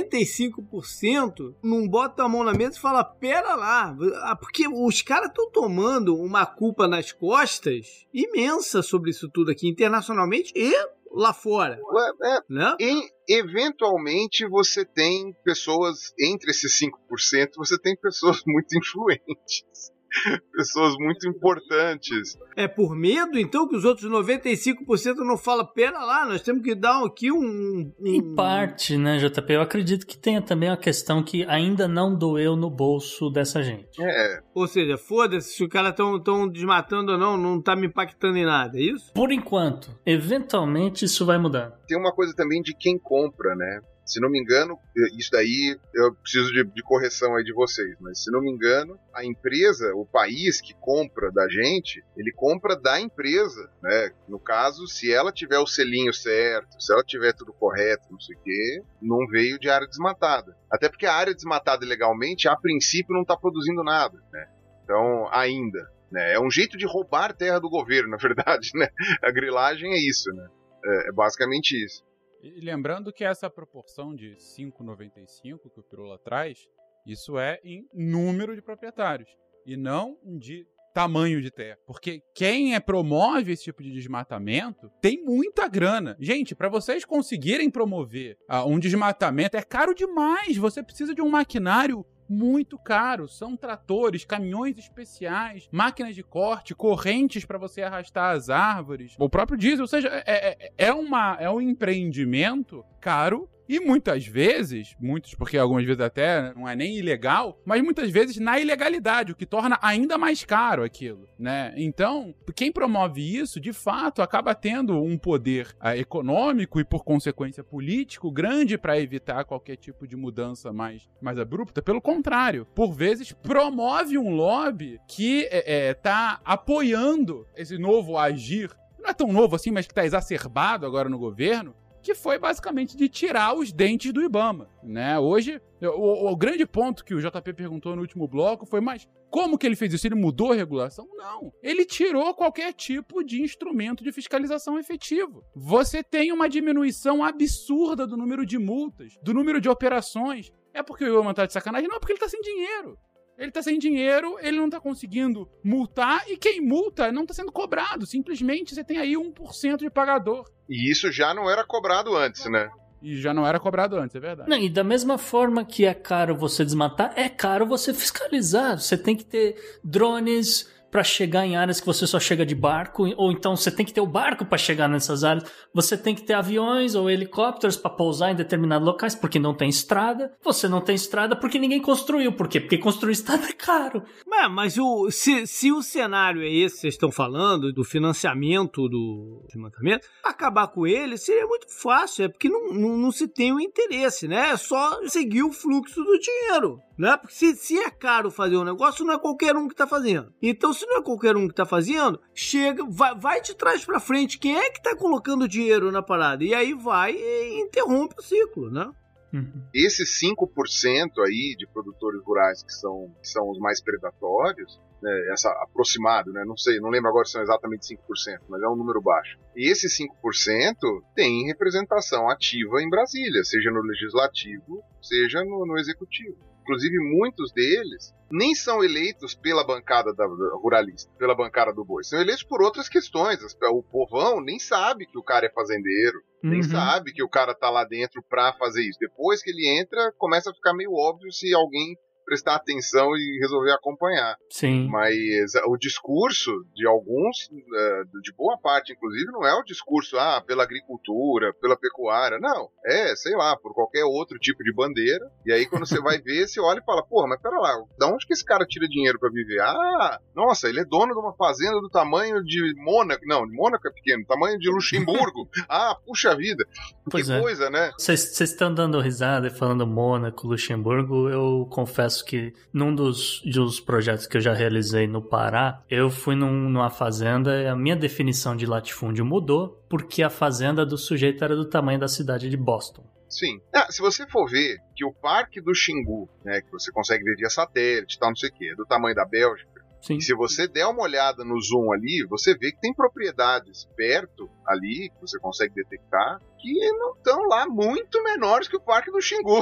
95% não botam a mão na mesa e falam, pera lá, porque os caras estão tomando uma culpa nas costas imensa sobre isso tudo aqui, internacionalmente e lá fora. Né? Eventualmente você tem pessoas, entre esses 5%, você tem pessoas muito influentes. Pessoas muito importantes. É por medo, então, que os outros 95% não falam, pera lá, nós temos que dar aqui Em parte, né, JP? Eu acredito que tenha também uma questão que ainda não doeu no bolso dessa gente. Ou seja, foda-se se os caras estão desmatando ou não tá me impactando em nada, é isso? Por enquanto. Eventualmente isso vai mudar. Tem uma coisa também de quem compra, né? Se não me engano, isso daí eu preciso de correção aí de vocês, mas se não me engano, a empresa, o país que compra da gente, ele compra da empresa, né? No caso, se ela tiver o selinho certo, se ela tiver tudo correto, não sei o quê, não veio de área desmatada. Até porque a área desmatada ilegalmente, a princípio, não está produzindo nada, né? Então, ainda, né? É um jeito de roubar terra do governo, na verdade, né? A grilagem é isso, né? É basicamente isso. E lembrando que essa proporção de 5,95 que o Pirula traz, isso é em número de proprietários e não de tamanho de terra. Porque quem promove esse tipo de desmatamento tem muita grana. Gente, para vocês conseguirem promover um desmatamento é caro demais. Você precisa de um maquinário muito caro. São tratores, caminhões especiais, máquinas de corte, correntes para você arrastar as árvores, o próprio diesel. Ou seja, é um empreendimento caro e muitas vezes, porque algumas vezes até não é nem ilegal, mas muitas vezes na ilegalidade, o que torna ainda mais caro aquilo, né? Então, quem promove isso, de fato, acaba tendo um poder econômico e, por consequência, político grande para evitar qualquer tipo de mudança mais abrupta. Pelo contrário, por vezes promove um lobby que tá apoiando esse novo agir. não é tão novo assim, mas que está exacerbado agora no governo, que foi basicamente de tirar os dentes do Ibama, né? Hoje, o grande ponto que o JP perguntou no último bloco foi, mas como que ele fez isso? Ele mudou a regulação? Não. Ele tirou qualquer tipo de instrumento de fiscalização efetivo. Você tem uma diminuição absurda do número de multas, do número de operações. É porque o Ibama tá de sacanagem? Não, porque ele tá sem dinheiro. Ele tá sem dinheiro, ele não tá conseguindo multar, e quem multa não tá sendo cobrado. Simplesmente você tem aí 1% de pagador. E isso já não era cobrado antes, né? E já não era cobrado antes, é verdade. Não, e da mesma forma que é caro você desmatar, é caro você fiscalizar. Você tem que ter drones para chegar em áreas que você só chega de barco, ou então você tem que ter o barco para chegar nessas áreas. Você tem que ter aviões ou helicópteros para pousar em determinados locais, porque não tem estrada. Você não tem estrada porque ninguém construiu. Por quê? Porque construir estrada é caro. Mas se o cenário é esse que vocês estão falando, do financiamento do desmatamento, acabar com ele seria muito fácil, é porque não se tem o interesse, né? É só seguir o fluxo do dinheiro, né? Porque se é caro fazer um negócio, não é qualquer um que tá fazendo. Então, se não é qualquer um que tá fazendo, chega, vai de trás pra frente. Quem é que tá colocando dinheiro na parada? E aí vai e interrompe o ciclo, né? Esses 5% aí de produtores rurais que são os mais predatórios, né, essa aproximado, né, não lembro agora se são exatamente 5%, mas é um número baixo. E esses 5% tem representação ativa em Brasília, seja no legislativo, seja no executivo. Inclusive, muitos deles nem são eleitos pela bancada da ruralista, pela bancada do boi. São eleitos por outras questões. O povão nem sabe que o cara é fazendeiro, nem sabe que o cara tá lá dentro pra fazer isso. Depois que ele entra, começa a ficar meio óbvio se alguém prestar atenção e resolver acompanhar. Sim. Mas o discurso de alguns, de boa parte, inclusive, não é o discurso pela agricultura, pela pecuária, não. É, sei lá, por qualquer outro tipo de bandeira. E aí, quando você vai ver, você olha e fala, porra, mas pera lá, da onde que esse cara tira dinheiro pra viver? Nossa, ele é dono de uma fazenda do tamanho de Mônaco. Não, de Mônaco é pequeno, tamanho de Luxemburgo. Puxa vida. Pois que coisa, né? Vocês estão dando risada e falando Mônaco, Luxemburgo, eu confesso que num dos projetos que eu já realizei no Pará, eu fui numa fazenda e a minha definição de latifúndio mudou porque a fazenda do sujeito era do tamanho da cidade de Boston. Sim. Se você for ver que o Parque do Xingu, né, que você consegue ver via satélite e tal, não sei o que, é do tamanho da Bélgica, Sim. E se você der uma olhada no zoom ali, você vê que tem propriedades perto ali, que você consegue detectar, que não estão lá muito menores que o Parque do Xingu.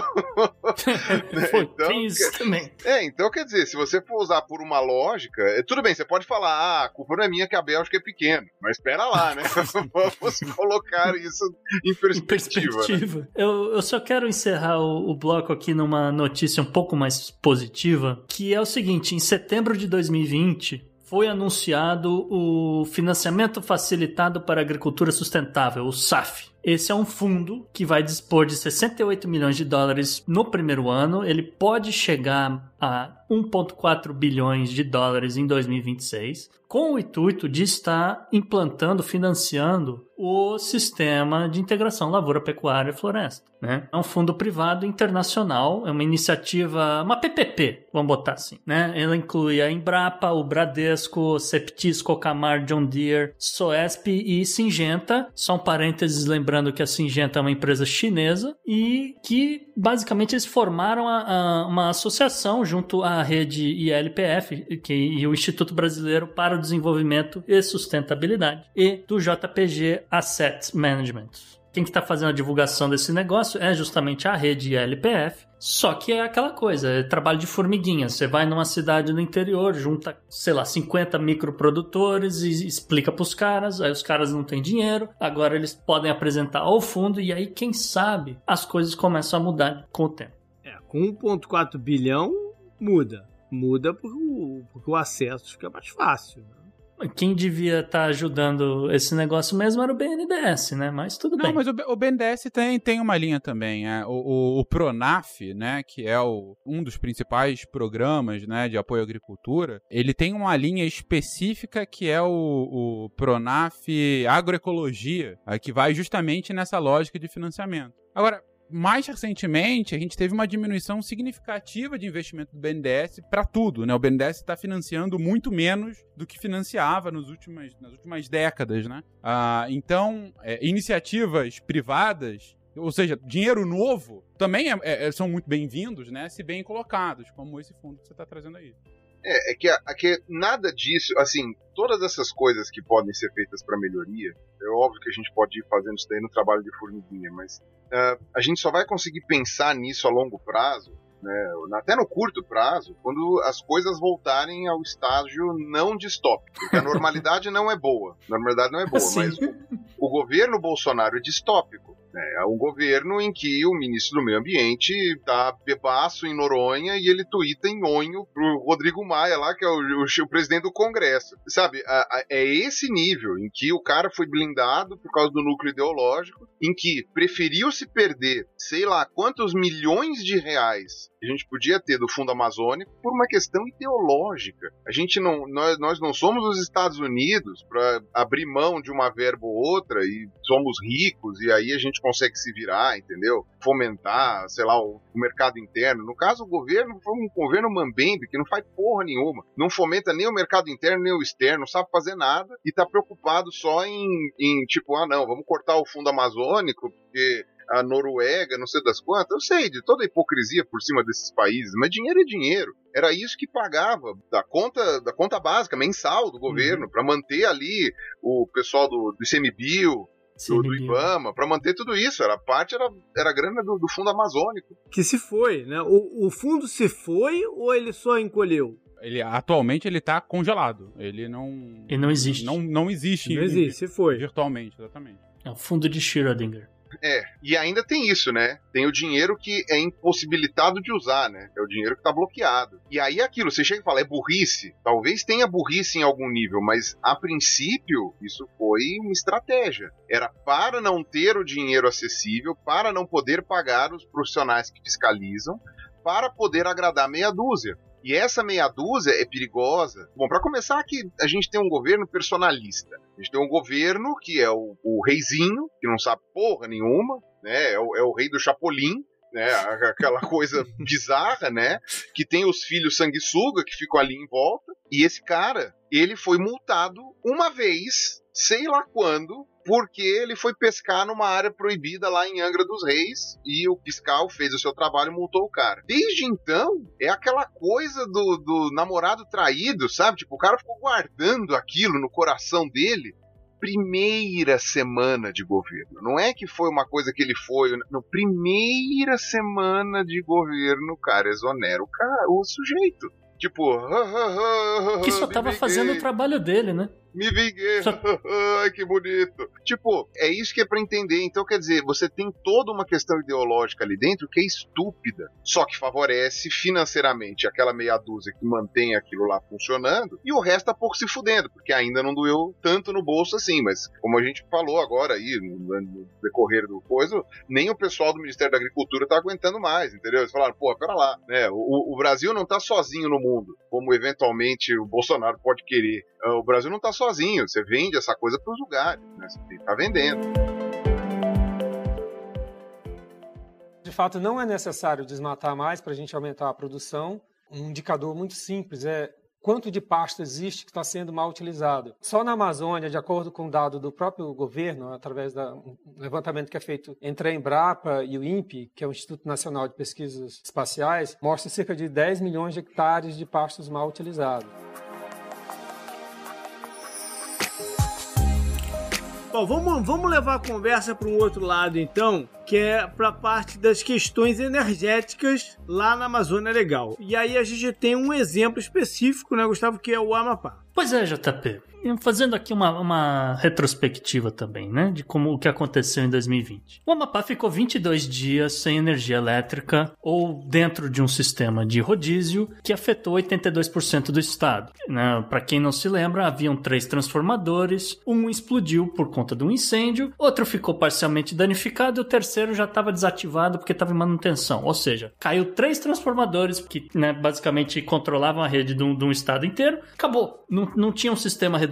Então, tem isso também. Então quer dizer, se você for usar por uma lógica, tudo bem, você pode falar, a culpa não é minha que a Bélgica é pequena, mas espera lá, né? Vamos colocar isso em perspectiva. Né? Eu só quero encerrar o bloco aqui numa notícia um pouco mais positiva, que é o seguinte, em setembro de 2020... foi anunciado o Financiamento Facilitado para a Agricultura Sustentável, o SAF. Esse é um fundo que vai dispor de 68 milhões de dólares no primeiro ano. Ele pode chegar a 1,4 bilhões de dólares em 2026, com o intuito de estar implantando, financiando o sistema de integração lavoura, pecuária e floresta. Né? É um fundo privado internacional, é uma iniciativa, uma PPP, vamos botar assim. Né? Ela inclui a Embrapa, o Bradesco, Septisco, Cocamar, John Deere, Soesp e Syngenta. Só um parênteses lembrando que a Syngenta é uma empresa chinesa e que basicamente eles formaram uma associação junto à rede ILPF e o Instituto Brasileiro para o Desenvolvimento e Sustentabilidade e do JPG Asset Management. Quem que está fazendo a divulgação desse negócio é justamente a rede ILPF, só que é aquela coisa, é trabalho de formiguinha. Você vai numa cidade no interior, junta, 50 microprodutores e explica para os caras, aí os caras não têm dinheiro, agora eles podem apresentar ao fundo e aí, quem sabe, as coisas começam a mudar com o tempo. Com 1,4 bilhão, muda porque o acesso fica mais fácil, né? Quem devia estar ajudando esse negócio mesmo era o BNDES, né? Mas tudo bem. Não, mas o BNDES tem uma linha também. O Pronaf, né? Que é um dos principais programas, né, de apoio à agricultura. Ele tem uma linha específica que é o Pronaf Agroecologia, que vai justamente nessa lógica de financiamento. Agora, mais recentemente, a gente teve uma diminuição significativa de investimento do BNDES para tudo, né? O BNDES está financiando muito menos do que financiava nas últimas décadas, né? Então, iniciativas privadas, ou seja, dinheiro novo, também são muito bem-vindos, né? Se bem colocados, como esse fundo que você está trazendo aí. É que nada disso, assim, todas essas coisas que podem ser feitas para melhoria, é óbvio que a gente pode ir fazendo isso daí no trabalho de formiguinha, mas a gente só vai conseguir pensar nisso a longo prazo, né, até no curto prazo, quando as coisas voltarem ao estágio não distópico, porque a normalidade não é boa, mas o governo Bolsonaro é distópico. É um governo em que o ministro do Meio Ambiente tá bebaço em Noronha e ele tuita em onho pro Rodrigo Maia lá, que é o presidente do Congresso. Sabe, é esse nível em que o cara foi blindado por causa do núcleo ideológico, em que preferiu se perder sei lá quantos milhões de reais que a gente podia ter do Fundo Amazônico por uma questão ideológica. Nós não somos os Estados Unidos para abrir mão de uma verba ou outra e somos ricos e aí a gente consegue se virar, entendeu? Fomentar, sei lá, o mercado interno. No caso, o governo foi um governo mambembe que não faz porra nenhuma. Não fomenta nem o mercado interno nem o externo, não sabe fazer nada e tá preocupado só em tipo, vamos cortar o Fundo Amazônico porque a Noruega, não sei das quantas, eu sei de toda a hipocrisia por cima desses países, mas dinheiro é dinheiro. Era isso que pagava da conta básica, mensal do governo, para manter ali o pessoal do ICMBio, do IBAMA, para manter tudo isso. Era a grana do Fundo Amazônico. Que se foi, né? O fundo se foi ou ele só encolheu? Atualmente ele está congelado. Ele não existe. Não existe. Não existe, se foi. Virtualmente, exatamente. É o fundo de Schrödinger. E ainda tem isso, né? Tem o dinheiro que é impossibilitado de usar, né? É o dinheiro que tá bloqueado. E aí aquilo, você chega e fala, é burrice? Talvez tenha burrice em algum nível, mas a princípio isso foi uma estratégia. Era para não ter o dinheiro acessível, para não poder pagar os profissionais que fiscalizam, para poder agradar meia dúzia. E essa meia dúzia é perigosa. Bom, para começar aqui, a gente tem um governo personalista. A gente tem um governo que é o reizinho, que não sabe porra nenhuma, né? É o rei do Chapolin, né? Aquela coisa bizarra, né? Que tem os filhos sanguessuga que ficam ali em volta. E esse cara, ele foi multado uma vez, sei lá quando, porque ele foi pescar numa área proibida lá em Angra dos Reis e o fiscal fez o seu trabalho e multou o cara. Desde então, é aquela coisa do namorado traído, sabe? Tipo, o cara ficou guardando aquilo no coração dele. Primeira semana de governo. Não é que foi uma coisa que ele foi... No primeira semana de governo, o cara exonera o sujeito. Tipo... que só tava fazendo o trabalho dele, né? Me vinguei, ai que bonito. Tipo, é isso que é pra entender. Então, quer dizer, você tem toda uma questão ideológica ali dentro que é estúpida, só que favorece financeiramente aquela meia dúzia que mantém aquilo lá funcionando, e o resto tá pouco se fudendo, porque ainda não doeu tanto no bolso assim, mas como a gente falou agora aí, no decorrer do coisa, nem o pessoal do Ministério da Agricultura tá aguentando mais, entendeu? Eles falaram, pô, pera lá, né? O Brasil não tá sozinho no mundo, como eventualmente o Bolsonaro pode querer. O Brasil não tá sozinho, você vende essa coisa para os lugares, né? Você tá vendendo. De fato, não é necessário desmatar mais para a gente aumentar a produção. Um indicador muito simples é quanto de pasto existe que está sendo mal utilizado. Só na Amazônia, de acordo com o dado do próprio governo, através do levantamento que é feito entre a Embrapa e o INPE, que é o Instituto Nacional de Pesquisas Espaciais, mostra cerca de 10 milhões de hectares de pastos mal utilizados. Bom, vamos levar a conversa para um outro lado, então, que é para a parte das questões energéticas lá na Amazônia Legal. E aí a gente tem um exemplo específico, né, Gustavo, que é o Amapá. Pois é, JP. Fazendo aqui uma retrospectiva também, né? De o que aconteceu em 2020. O Amapá ficou 22 dias sem energia elétrica ou dentro de um sistema de rodízio que afetou 82% do estado. Né? Para quem não se lembra, haviam 3 transformadores, um explodiu por conta de um incêndio, outro ficou parcialmente danificado e o terceiro já estava desativado porque estava em manutenção. Ou seja, caiu 3 transformadores que, né, basicamente controlavam a rede de um estado inteiro. Acabou. Não tinha um sistema redundante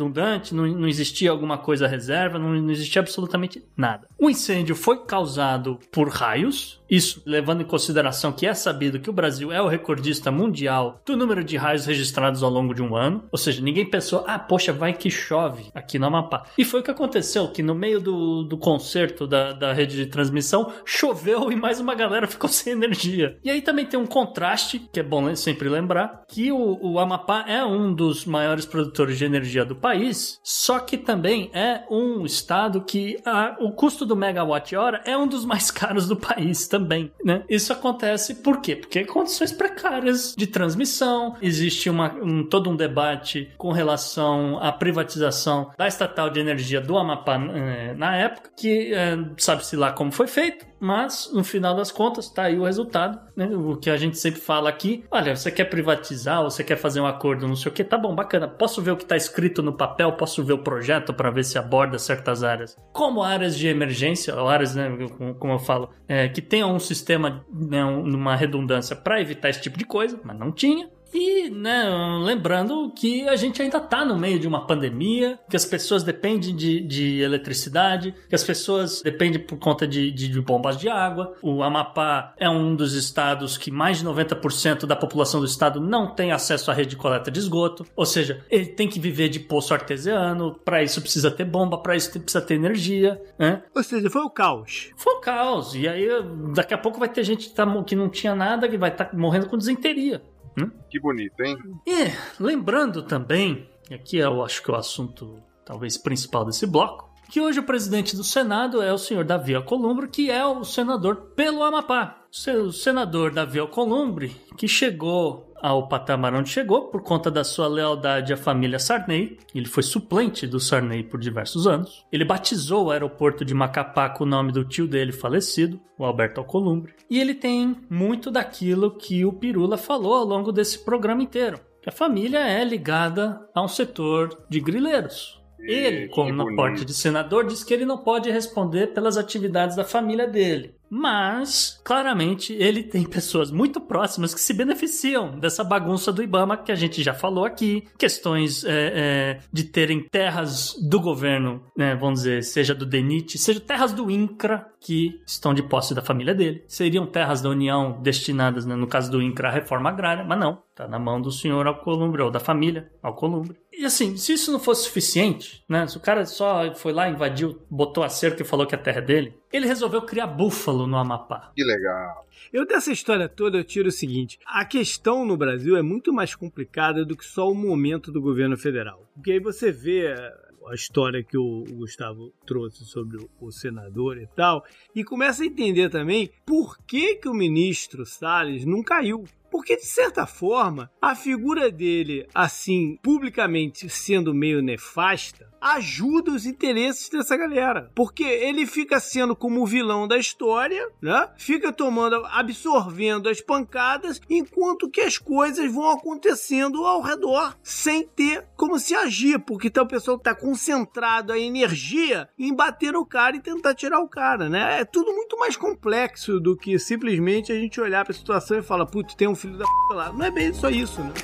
redundante, não existia alguma coisa reserva, não existia absolutamente nada. O incêndio foi causado por raios, isso levando em consideração que é sabido que o Brasil é o recordista mundial do número de raios registrados ao longo de um ano, ou seja, ninguém pensou, poxa, vai que chove aqui no Amapá. E foi o que aconteceu, que no meio do concerto da rede de transmissão, choveu e mais uma galera ficou sem energia. E aí também tem um contraste, que é bom sempre lembrar, que o Amapá é um dos maiores produtores de energia do país, só que também é um estado que o custo do megawatt-hora é um dos mais caros do país também, né? Isso acontece por quê? Porque condições precárias de transmissão, existe todo um debate com relação à privatização da estatal de energia do Amapá na época, que sabe-se lá como foi feito, mas no final das contas tá aí o resultado, né? O que a gente sempre fala aqui, olha, você quer privatizar, você quer fazer um acordo, não sei o que, tá bom, bacana, posso ver o que tá escrito no papel, posso ver o projeto para ver se aborda certas áreas, como áreas de emergência, ou áreas, né, como eu falo, que tenham um sistema, né, uma redundância para evitar esse tipo de coisa, mas não tinha. E, né, lembrando que a gente ainda está no meio de uma pandemia, que as pessoas dependem de eletricidade, que as pessoas dependem por conta de bombas de água. O Amapá é um dos estados que mais de 90% da população do estado não tem acesso à rede de coleta de esgoto. Ou seja, ele tem que viver de poço artesiano, para isso precisa ter bomba, para isso precisa ter energia, né? Ou seja, foi o caos. Foi o caos. E aí, daqui a pouco vai ter gente que não tinha nada, que vai estar morrendo com disenteria. Que bonito, hein? E lembrando também, e aqui eu acho que é o assunto talvez principal desse bloco, que hoje o presidente do Senado é o senhor Davi Alcolumbre, que é o senador pelo Amapá. O senador Davi Alcolumbre, que chegou ao patamar onde chegou por conta da sua lealdade à família Sarney. Ele foi suplente do Sarney por diversos anos. Ele batizou o aeroporto de Macapá com o nome do tio dele falecido, o Alberto Alcolumbre. E ele tem muito daquilo que o Pirula falou ao longo desse programa inteiro, que a família é ligada a um setor de grileiros. Ele, como na porte de senador, diz que ele não pode responder pelas atividades da família dele. Mas, claramente, ele tem pessoas muito próximas que se beneficiam dessa bagunça do Ibama, que a gente já falou aqui. Questões de terem terras do governo, né, vamos dizer, seja do DENIT, seja terras do INCRA, que estão de posse da família dele. Seriam terras da União destinadas, né, no caso do INCRA, à reforma agrária, mas não. Está na mão do senhor Alcolumbre, ou da família Alcolumbre. E assim, se isso não fosse suficiente, né, se o cara só foi lá, invadiu, botou a cerca e falou que a terra é dele, ele resolveu criar búfalo no Amapá. Que legal. Eu dessa história toda eu tiro o seguinte: a questão no Brasil é muito mais complicada do que só o momento do governo federal. Porque aí você vê a história que o Gustavo trouxe sobre o senador e tal, e começa a entender também por que o ministro Salles não caiu. Porque, de certa forma, a figura dele, assim, publicamente sendo meio nefasta, ajuda os interesses dessa galera. Porque ele fica sendo como o vilão da história, né? Fica absorvendo as pancadas, enquanto que as coisas vão acontecendo ao redor, sem ter como se agir. Porque então o pessoal está concentrado a energia em bater no cara e tentar tirar o cara, né? É tudo muito mais complexo do que simplesmente a gente olhar para a situação e falar, putz, tem um filho da p lá. Não é bem só isso, né?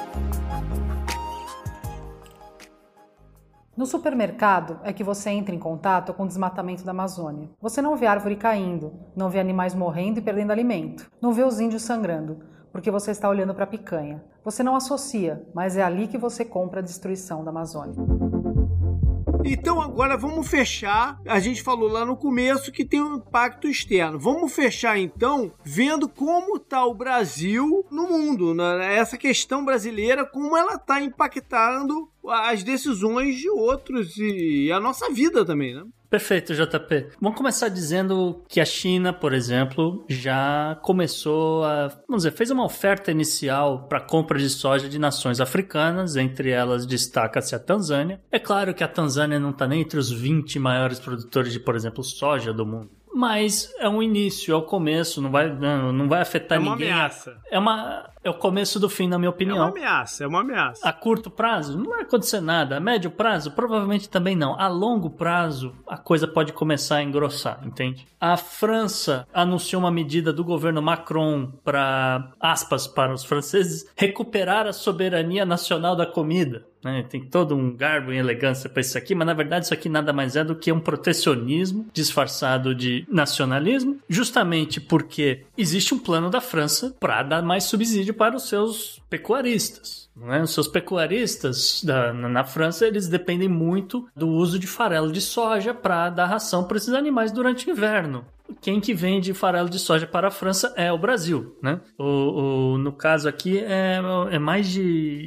No supermercado é que você entra em contato com o desmatamento da Amazônia. Você não vê árvore caindo, não vê animais morrendo e perdendo alimento, não vê os índios sangrando, porque você está olhando para a picanha. Você não associa, mas é ali que você compra a destruição da Amazônia. Então agora vamos fechar, a gente falou lá no começo que tem um impacto externo. Vamos fechar então vendo como está o Brasil no mundo, né? Essa questão brasileira, como ela está impactando as decisões de outros e a nossa vida também, né? Perfeito, JP. Vamos começar dizendo que a China, por exemplo, já começou fez uma oferta inicial para compra de soja de nações africanas, entre elas destaca-se a Tanzânia. É claro que a Tanzânia não está nem entre os 20 maiores produtores de, por exemplo, soja do mundo. Mas é um início, é o começo, não vai afetar ninguém. Ameaça. É o começo do fim, na minha opinião. É uma ameaça. A curto prazo, não vai acontecer nada. A médio prazo, provavelmente também não. A longo prazo, a coisa pode começar a engrossar, entende? A França anunciou uma medida do governo Macron para, aspas, para os franceses, recuperar a soberania nacional da comida. Tem todo um garbo e elegância para isso aqui, mas na verdade isso aqui nada mais é do que um protecionismo disfarçado de nacionalismo, justamente porque existe um plano da França para dar mais subsídio para os seus pecuaristas. Os seus pecuaristas na França, eles dependem muito do uso de farelo de soja para dar ração para esses animais durante o inverno. Quem que vende farelo de soja para a França é o Brasil, né? No caso aqui, é mais de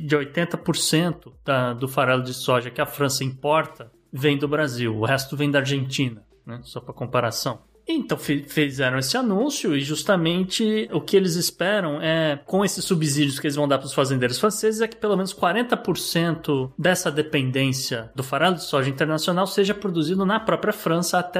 80% do farelo de soja que a França importa vem do Brasil. O resto vem da Argentina, né? Só para comparação. Então fizeram esse anúncio e justamente o que eles esperam com esses subsídios que eles vão dar para os fazendeiros franceses, é que pelo menos 40% dessa dependência do farelo de soja internacional seja produzido na própria França até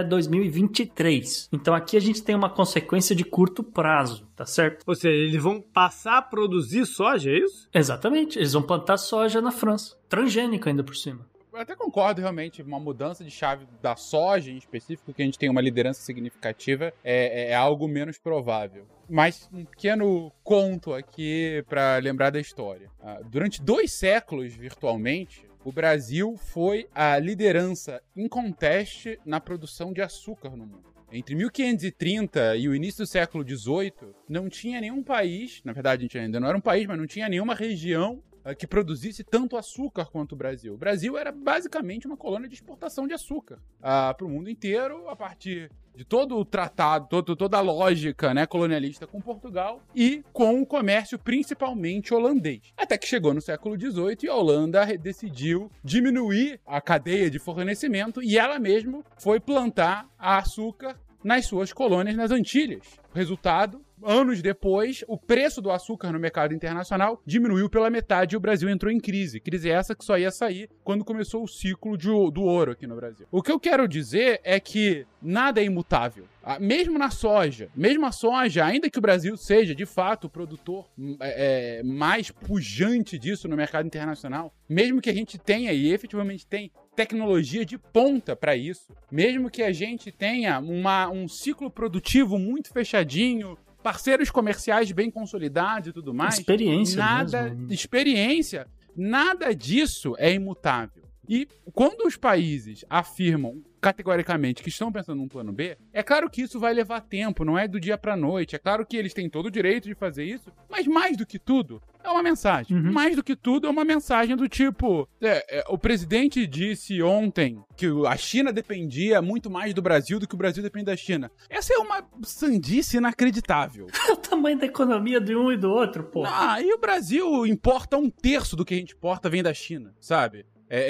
2023. Então aqui a gente tem uma consequência de curto prazo, tá certo? Ou seja, eles vão passar a produzir soja, é isso? Exatamente, eles vão plantar soja na França, transgênica ainda por cima. Eu até concordo, realmente, uma mudança de chave da soja em específico, que a gente tem uma liderança significativa, é algo menos provável. Mas um pequeno conto aqui para lembrar da história. Durante 2 séculos, virtualmente, o Brasil foi a liderança inconteste na produção de açúcar no mundo. Entre 1530 e o início do século XVIII, não tinha nenhum país, na verdade a gente ainda não era um país, mas não tinha nenhuma região que produzisse tanto açúcar quanto o Brasil. O Brasil era basicamente uma colônia de exportação de açúcar para o mundo inteiro, a partir de todo o tratado, toda a lógica, né, colonialista com Portugal e com o comércio principalmente holandês. Até que chegou no século XVIII e a Holanda decidiu diminuir a cadeia de fornecimento e ela mesma foi plantar açúcar nas suas colônias nas Antilhas. Resultado, anos depois, o preço do açúcar no mercado internacional diminuiu pela metade e o Brasil entrou em crise. Crise essa que só ia sair quando começou o ciclo do ouro aqui no Brasil. O que eu quero dizer é que nada é imutável. Mesmo na soja, ainda que o Brasil seja, de fato, o produtor mais pujante disso no mercado internacional, mesmo que a gente tenha, e efetivamente tem, tecnologia de ponta para isso, mesmo que a gente tenha um ciclo produtivo muito fechadinho, parceiros comerciais bem consolidados e tudo mais. Experiência. Nada disso é imutável. E quando os países afirmam categoricamente que estão pensando num plano B, é claro que isso vai levar tempo, não é do dia pra noite. É claro que eles têm todo o direito de fazer isso, mas mais do que tudo, é uma mensagem. Mais do que tudo, é uma mensagem do tipo... o presidente disse ontem que a China dependia muito mais do Brasil do que o Brasil depende da China. Essa é uma sandice inacreditável. É o tamanho da economia de um e do outro, pô. E o Brasil importa 1/3 do que a gente importa vem da China, sabe?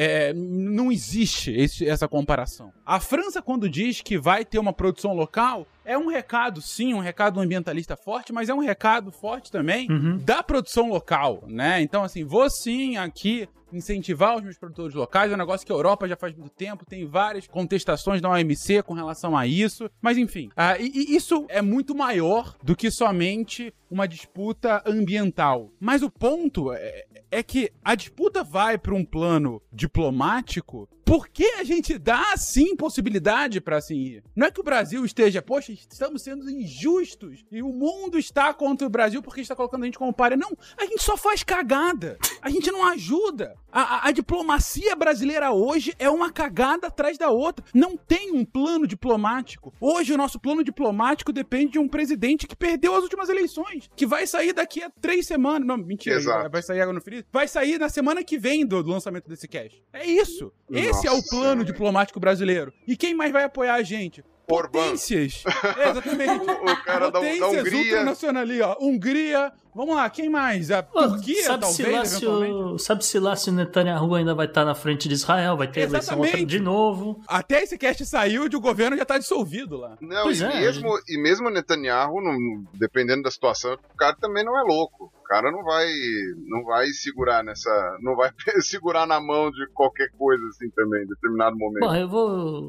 Não existe essa comparação. A França, quando diz que vai ter uma produção local, é um recado, sim, um recado ambientalista forte, mas é um recado forte também da produção local, né? Então, assim, vou sim aqui incentivar os meus produtores locais, é um negócio que a Europa já faz muito tempo, tem várias contestações da OMC com relação a isso, mas enfim, isso é muito maior do que somente uma disputa ambiental. Mas o ponto é que a disputa vai para um plano diplomático porque a gente dá, sim, possibilidade para assim ir. Não é que o Brasil esteja, poxa, estamos sendo injustos e o mundo está contra o Brasil porque está colocando a gente como páreo. Não, a gente só faz cagada. A gente não ajuda. A diplomacia brasileira hoje é uma cagada atrás da outra. Não tem um plano diplomático. Hoje o nosso plano diplomático depende de um presidente que perdeu as últimas eleições, que vai sair daqui a 3 semanas. Não, mentira. Exato. Vai sair agora no frio. Vai sair na semana que vem do lançamento desse cast. É isso. Esse é o plano diplomático brasileiro. E quem mais vai apoiar a gente? Potências. Exatamente. O cara da Hungria. Ultranacionalistas, ó. Hungria. Vamos lá, quem mais? A Turquia, talvez, eventualmente. Sabe-se lá se o Netanyahu ainda vai estar na frente de Israel, vai ter eleição de novo. Até esse cast saiu e o governo já está dissolvido lá. Não, e mesmo o Netanyahu, dependendo da situação, o cara também não é louco. O cara não vai segurar não vai segurar na mão de qualquer coisa assim também, em determinado momento. Bom,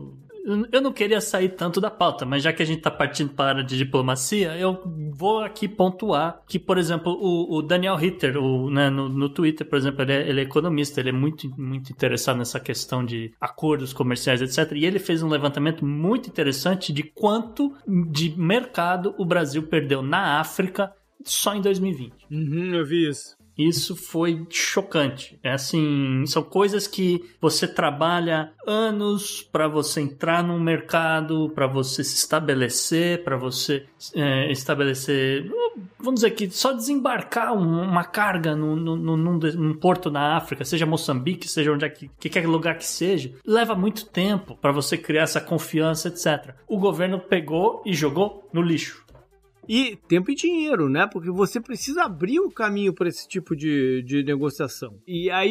eu não queria sair tanto da pauta, mas já que a gente tá partindo para a área de diplomacia, eu vou aqui pontuar que, por exemplo, o Daniel Ritter, né, no Twitter, por exemplo, ele é economista, ele é muito, muito interessado nessa questão de acordos comerciais, etc. E ele fez um levantamento muito interessante de quanto de mercado o Brasil perdeu na África só em 2020. Eu vi isso. Isso foi chocante. É assim, são coisas que você trabalha anos para você entrar num mercado, para você se estabelecer, para você estabelecer, vamos dizer que só desembarcar uma carga num porto na África, seja Moçambique, seja onde é que quer lugar que seja, leva muito tempo para você criar essa confiança, etc. O governo pegou e jogou no lixo. E tempo e dinheiro, né? Porque você precisa abrir o caminho para esse tipo de negociação. E aí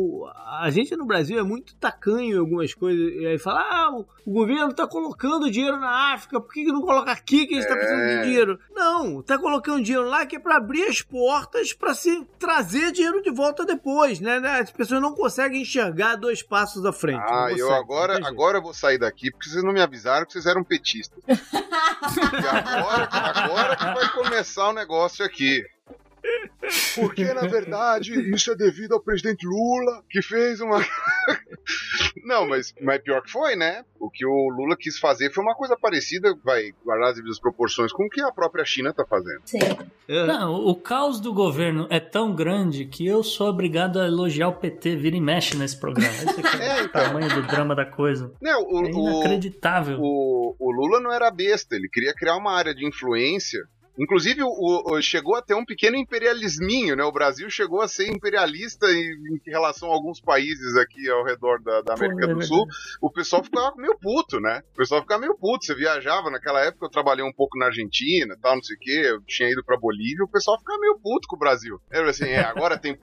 a gente no Brasil é muito tacanho em algumas coisas. E aí fala, o governo tá colocando dinheiro na África, por que não coloca aqui que a gente tá precisando de dinheiro? Não, tá colocando dinheiro lá que é para abrir as portas para se trazer dinheiro de volta depois, né? As pessoas não conseguem enxergar 2 passos à frente. Eu agora eu vou sair daqui porque vocês não me avisaram que vocês eram petistas. E agora que vai começar o negócio aqui. Porque, na verdade, isso é devido ao presidente Lula, que fez uma... Não, mas pior que foi, né? O que o Lula quis fazer foi uma coisa parecida, vai guardar as devidas proporções, com o que a própria China tá fazendo. Sim. Não, o caos do governo é tão grande que eu sou obrigado a elogiar o PT vira e mexe nesse programa. Esse aqui é o tamanho do drama da coisa. Não, é inacreditável. O Lula não era besta, ele queria criar uma área de influência. Inclusive, chegou a ter um pequeno imperialisminho, né? O Brasil chegou a ser imperialista em relação a alguns países aqui ao redor da América do Sul. O pessoal ficava meio puto, né? Você viajava, naquela época eu trabalhei um pouco na Argentina, tal, não sei o quê, eu tinha ido pra Bolívia, o pessoal ficava meio puto com o Brasil. Era assim, agora tem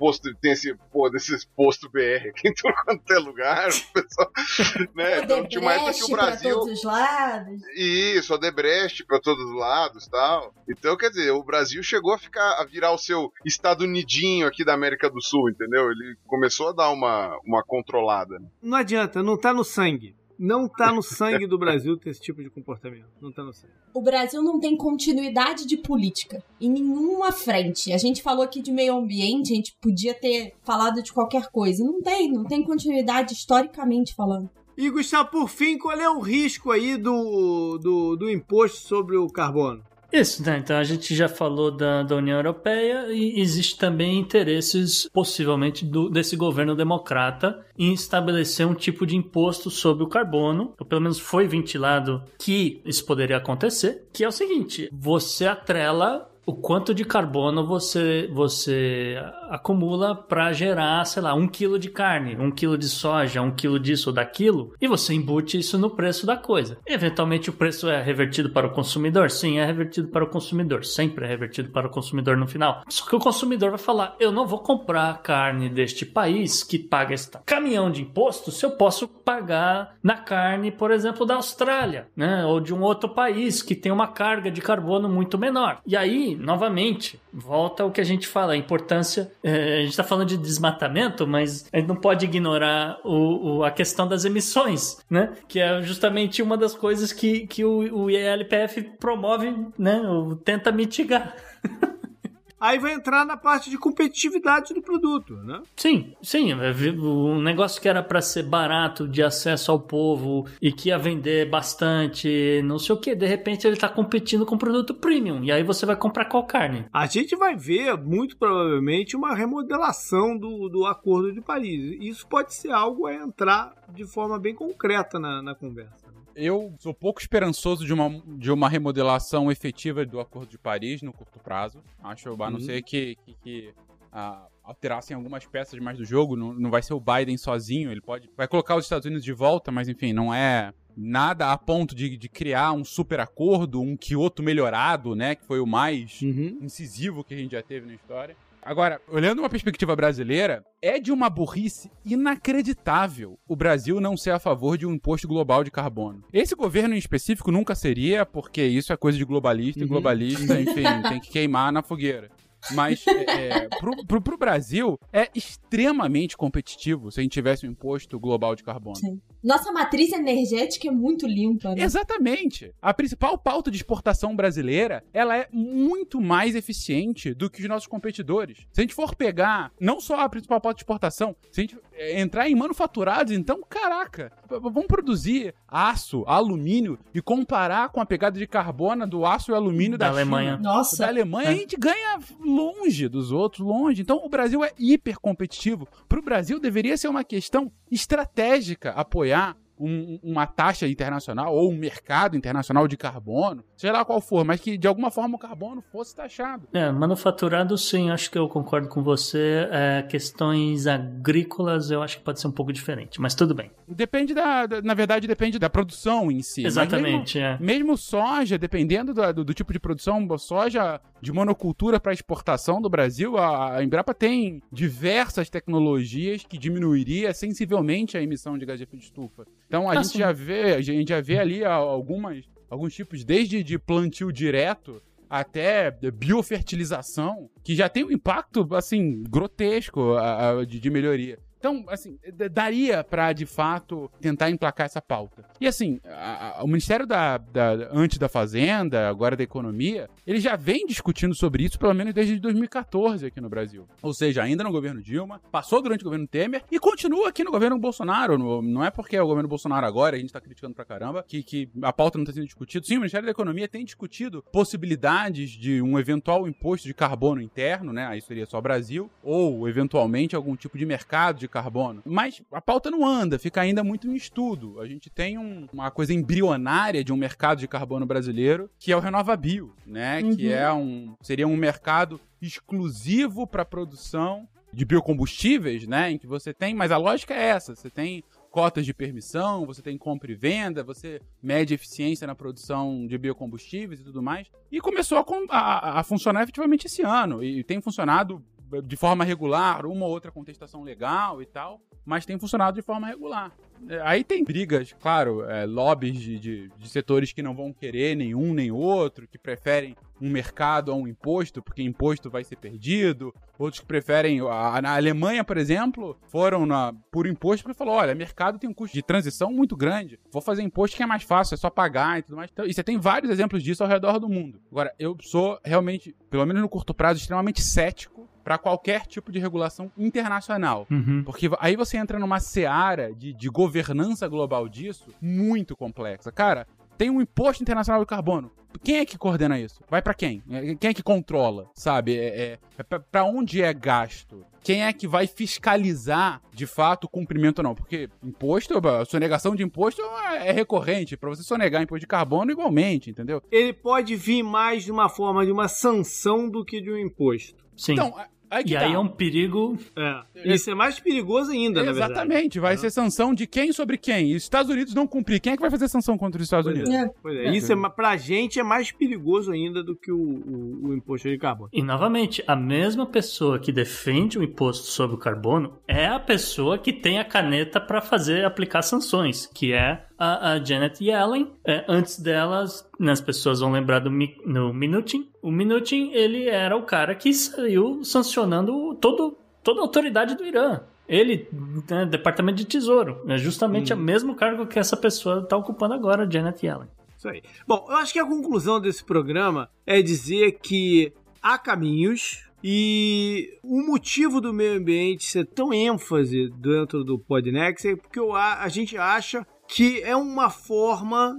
desses postos BR aqui em tudo quanto é lugar, o pessoal, né? Então tinha uma época que o Brasil... pra todos os lados. Isso, Odebrecht pra todos os lados, tal. Então, quer dizer, o Brasil chegou a virar o seu estadunidinho aqui da América do Sul, entendeu? Ele começou a dar uma controlada. Não adianta, não tá no sangue. Não tá no sangue do Brasil ter esse tipo de comportamento. Não tá no sangue. O Brasil não tem continuidade de política em nenhuma frente. A gente falou aqui de meio ambiente, a gente podia ter falado de qualquer coisa. Não tem continuidade historicamente falando. E, Gustavo, por fim, qual é o risco aí do imposto sobre o carbono? Isso, né? Então a gente já falou da União Europeia e existe também interesses, possivelmente, desse governo democrata em estabelecer um tipo de imposto sobre o carbono, ou pelo menos foi ventilado que isso poderia acontecer, que é o seguinte, você atrela o quanto de carbono você acumula para gerar, sei lá, 1 quilo de carne, 1 quilo de soja, 1 quilo disso ou daquilo, e você embute isso no preço da coisa. Eventualmente o preço é revertido para o consumidor? Sim, é revertido para o consumidor. Sempre é revertido para o consumidor no final. Só que o consumidor vai falar, eu não vou comprar carne deste país que paga esse caminhão de imposto se eu posso pagar na carne, por exemplo, da Austrália, né? Ou de um outro país que tem uma carga de carbono muito menor. E aí, novamente, volta ao que a gente fala, a importância... a gente está falando de desmatamento, mas a gente não pode ignorar a questão das emissões, né? Que é justamente uma das coisas que o IELPF promove, né? Tenta mitigar. Aí vai entrar na parte de competitividade do produto, né? Sim. Um negócio que era para ser barato, de acesso ao povo e que ia vender bastante, não sei o que, de repente ele tá competindo com produto premium. E aí você vai comprar qual carne? A gente vai ver, muito provavelmente, uma remodelação do Acordo de Paris. Isso pode ser algo a entrar de forma bem concreta na conversa. Eu sou pouco esperançoso de uma remodelação efetiva do Acordo de Paris no curto prazo. Acho, a não ser que alterassem algumas peças mais do jogo, não vai ser o Biden sozinho, vai colocar os Estados Unidos de volta, mas enfim, não é nada a ponto de criar um super acordo, um Kyoto melhorado, né, que foi o mais incisivo que a gente já teve na história. Agora, olhando uma perspectiva brasileira, é de uma burrice inacreditável o Brasil não ser a favor de um imposto global de carbono. Esse governo em específico nunca seria, porque isso é coisa de globalista, e globalista, enfim, tem que queimar na fogueira. Mas pro Brasil é extremamente competitivo se a gente tivesse um imposto global de carbono. Sim. Nossa matriz energética é muito limpa, né? Exatamente. A principal pauta de exportação brasileira, ela é muito mais eficiente do que os nossos competidores. Se a gente for pegar, não só a principal pauta de exportação, se a gente entrar em manufaturados, então, caraca, vamos produzir aço, alumínio e comparar com a pegada de carbono do aço e alumínio da Alemanha. China. Nossa. Da Alemanha, a gente ganha longe dos outros, longe. Então, o Brasil é hiper competitivo. Para o Brasil, deveria ser uma questão estratégica apoiar uma taxa internacional ou um mercado internacional de carbono, sei lá qual for, mas que de alguma forma o carbono fosse taxado. Manufaturado, sim, acho que eu concordo com você. Questões agrícolas, eu acho que pode ser um pouco diferente, mas tudo bem. Depende na verdade, depende da produção em si. Exatamente, mesmo soja, dependendo do tipo de produção, soja de monocultura para exportação do Brasil, a Embrapa tem diversas tecnologias que diminuiria sensivelmente a emissão de gás de efeito de estufa. Então a gente já vê ali alguns tipos, desde de plantio direto até biofertilização, que já tem um impacto, assim, grotesco de melhoria. Então, assim, daria pra, de fato, tentar emplacar essa pauta. E, assim, o Ministério antes da Fazenda, agora da Economia, ele já vem discutindo sobre isso, pelo menos desde 2014 aqui no Brasil. Ou seja, ainda no governo Dilma, passou durante o governo Temer e continua aqui no governo Bolsonaro. Não é porque é o governo Bolsonaro agora, a gente tá criticando pra caramba, que a pauta não tá sendo discutida. Sim, o Ministério da Economia tem discutido possibilidades de um eventual imposto de carbono interno, né? Aí seria só Brasil, ou, eventualmente, algum tipo de mercado de carbono. Mas a pauta não anda, fica ainda muito em estudo. A gente tem uma coisa embrionária de um mercado de carbono brasileiro, que é o RenovaBio, né? Que seria um mercado exclusivo para produção de biocombustíveis, né? Em que você tem, mas a lógica é essa, você tem cotas de permissão, você tem compra e venda, você mede eficiência na produção de biocombustíveis e tudo mais. E começou a funcionar efetivamente esse ano, e tem funcionado de forma regular, uma ou outra contestação legal e tal, mas tem funcionado de forma regular. Aí tem brigas, claro, lobbies de setores que não vão querer nenhum nem outro, que preferem um mercado a um imposto, porque imposto vai ser perdido, outros que preferem... Na Alemanha, por exemplo, foram por imposto porque falou, olha, mercado tem um custo de transição muito grande, vou fazer imposto que é mais fácil, é só pagar e tudo mais. Então, e você tem vários exemplos disso ao redor do mundo. Agora, eu sou realmente, pelo menos no curto prazo, extremamente cético para qualquer tipo de regulação internacional. Porque aí você entra numa seara de governança global disso muito complexa. Cara, tem um imposto internacional do carbono. Quem é que coordena isso? Vai pra quem? Quem é que controla, sabe? Pra onde é gasto? Quem é que vai fiscalizar, de fato, o cumprimento ou não? Porque imposto, a sonegação de imposto é recorrente. Pra você sonegar imposto de carbono, igualmente, entendeu? Ele pode vir mais de uma forma de uma sanção do que de um imposto. Sim. Então, aí é um perigo... Isso é mais perigoso ainda, na verdade. Exatamente. Vai ser sanção de quem sobre quem? E os Estados Unidos não cumprir. Quem é que vai fazer sanção contra os Estados Unidos? Isso pra gente é mais perigoso ainda do que o imposto de carbono. E, novamente, a mesma pessoa que defende o imposto sobre o carbono é a pessoa que tem a caneta para aplicar sanções, que é a Janet Yellen. Antes delas, as pessoas vão lembrar do Mnuchin. O Mnuchin, ele era o cara que saiu sancionando toda a autoridade do Irã. Ele, Departamento de Tesouro. É justamente o mesmo cargo que essa pessoa está ocupando agora, Janet Yellen. Isso aí. Bom, eu acho que a conclusão desse programa é dizer que há caminhos e o motivo do meio ambiente ser tão ênfase dentro do Podnext é porque a gente acha que é uma forma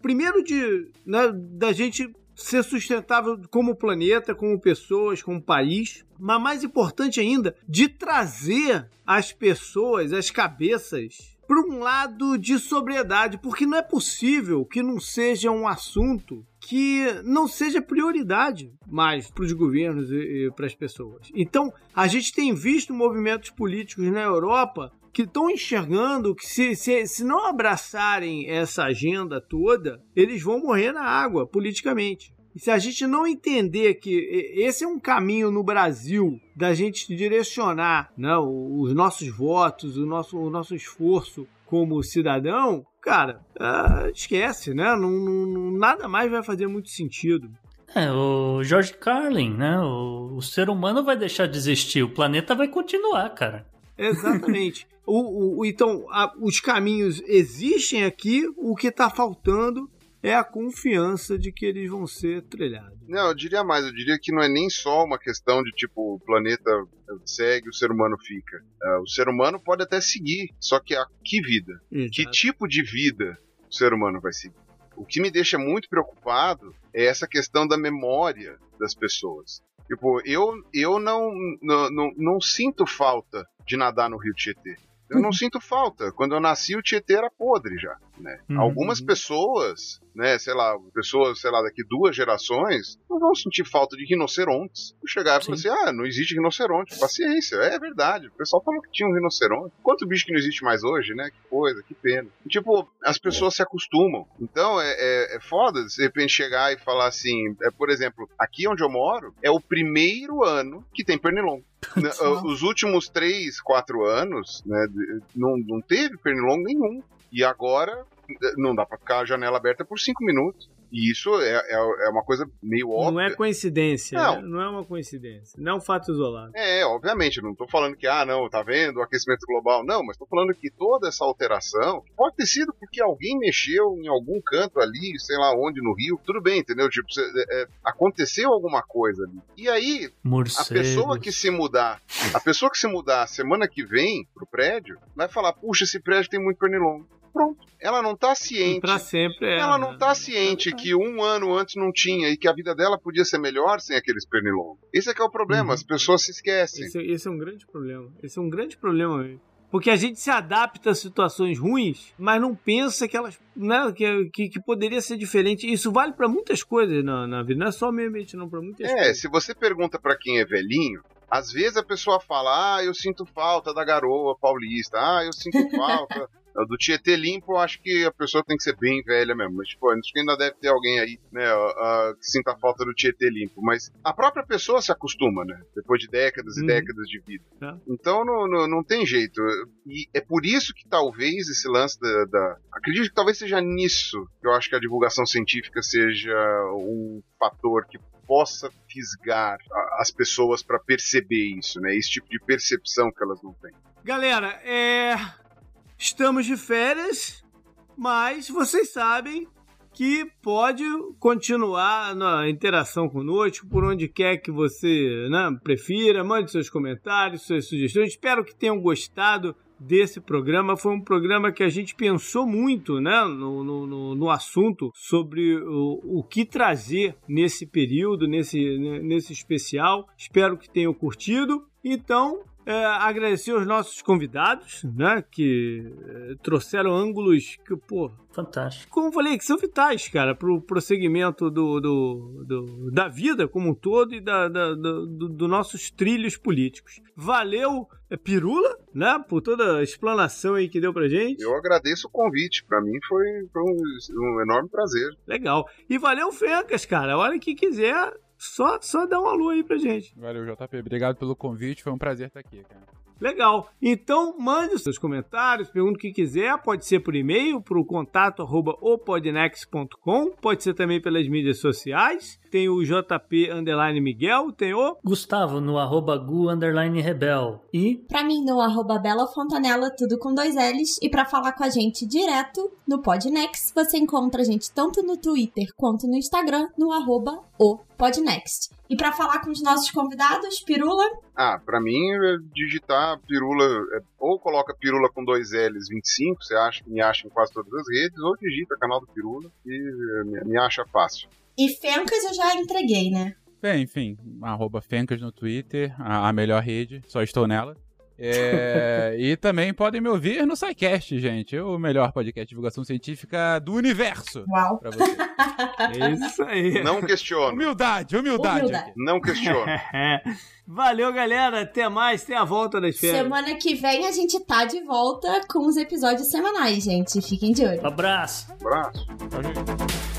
da gente ser sustentável como planeta, como pessoas, como país, mas mais importante ainda, de trazer as pessoas, as cabeças, para um lado de sobriedade, porque não é possível que não seja um assunto que não seja prioridade mais para os governos e para as pessoas. Então, a gente tem visto movimentos políticos na Europa que estão enxergando que se não abraçarem essa agenda toda, eles vão morrer na água politicamente. E se a gente não entender que esse é um caminho no Brasil da gente direcionar, né, os nossos votos, o nosso esforço como cidadão, cara, esquece, né? Nada mais vai fazer muito sentido. O George Carlin, né? O ser humano vai deixar de existir, o planeta vai continuar, cara. Exatamente. Então, os caminhos existem aqui, o que está faltando é a confiança de que eles vão ser trilhados. Não, eu diria mais, eu diria que não é nem só uma questão de tipo, o planeta segue, o ser humano fica. O ser humano pode até seguir, só que que vida? Exato. Que tipo de vida o ser humano vai seguir? O que me deixa muito preocupado é essa questão da memória das pessoas. Tipo, eu não sinto falta de nadar no Rio Tietê. Eu não sinto falta. Quando eu nasci, o Tietê era podre já, né? Algumas pessoas, né, sei lá, daqui 2 gerações, não vão sentir falta de rinocerontes. Eu chegar e falar assim, não existe rinoceronte. Paciência, é verdade. O pessoal falou que tinha um rinoceronte. Quanto bicho que não existe mais hoje, né? Que coisa, que pena. E, tipo, as pessoas se acostumam. Então, é foda, de repente, chegar e falar assim, por exemplo, aqui onde eu moro, é o primeiro ano que tem pernilongo. Os últimos 3, 4 anos, né, não teve pernilongo nenhum. E agora não dá pra ficar a janela aberta por 5 minutos. E isso é uma coisa meio óbvia. Não é coincidência. Não é uma coincidência. Não é um fato isolado. Obviamente. Não tô falando que, não, tá vendo o aquecimento global. Não, mas tô falando que toda essa alteração pode ter sido porque alguém mexeu em algum canto ali, sei lá onde, no Rio. Tudo bem, entendeu? Tipo, aconteceu alguma coisa ali. E aí, a pessoa que se mudar semana que vem pro prédio, vai falar, puxa, esse prédio tem muito pernilongo. Pronto. Ela não tá ciente. Pra sempre ela não tá ciente que 1 ano antes não tinha e que a vida dela podia ser melhor sem aqueles pernilongos. Esse é que é o problema. As pessoas se esquecem. Esse é um grande problema. Esse é um grande problema mesmo. Porque a gente se adapta a situações ruins, mas não pensa que elas, né, que poderia ser diferente. Isso vale pra muitas coisas na vida. Não é só meio ambiente, não. Pra muitas coisas. Se você pergunta pra quem é velhinho, às vezes a pessoa fala, eu sinto falta da garoa paulista. Eu sinto falta... Do Tietê limpo, eu acho que a pessoa tem que ser bem velha mesmo. Mas, tipo, acho que ainda deve ter alguém aí, né, que sinta a falta do Tietê limpo. Mas a própria pessoa se acostuma, né? Depois de décadas e décadas de vida. Então, não tem jeito. E é por isso que talvez esse lance acredito que talvez seja nisso que eu acho que a divulgação científica seja um fator que possa fisgar as pessoas para perceber isso, né? Esse tipo de percepção que elas não têm. Galera, estamos de férias, mas vocês sabem que pode continuar na interação conosco, por onde quer que você, né, prefira. Mande seus comentários, suas sugestões. Espero que tenham gostado desse programa. Foi um programa que a gente pensou muito, né, no assunto sobre o que trazer nesse período, nesse especial. Espero que tenham curtido. Então, agradecer aos nossos convidados, né, que trouxeram ângulos que, fantástico. Como eu falei, que são vitais, cara, pro prosseguimento da vida como um todo e dos nossos trilhos políticos. Valeu, Pirula, né, por toda a explanação aí que deu pra gente. Eu agradeço o convite, pra mim foi um enorme prazer. Legal. E valeu, Fencas, cara, a hora que quiser... Só dá um alô aí pra gente. Valeu, JP. Obrigado pelo convite. Foi um prazer estar aqui, cara. Legal. Então, mande os seus comentários, pergunte o que quiser. Pode ser por e-mail, pro contato@opodnext.com. Pode ser também pelas mídias sociais. Tem o JP_Miguel. Tem o... Gustavo no @gu_rebel. E... Pra mim no @belafontanella, tudo com 2 L's. E pra falar com a gente direto no Podnext, você encontra a gente tanto no Twitter quanto no Instagram, no @opodnext. E pra falar com os nossos convidados, Pirula? Pra mim, digitar Pirula, ou coloca Pirula com 2 L's 25, você me acha em quase todas as redes, ou digita canal do Pirula e me acha fácil. E Fencas eu já entreguei, né? Bem, enfim, @Fencas no Twitter, a melhor rede, só estou nela. E também podem me ouvir no SciCast, gente, o melhor podcast de divulgação científica do universo. Uau! Pra vocês. É isso aí. Não questiono. Humildade. Não questiono. Valeu, galera. Até mais. Até a volta das férias. Semana que vem a gente tá de volta com os episódios semanais, gente. Fiquem de olho. Abraço. Abraço. Tchau, gente.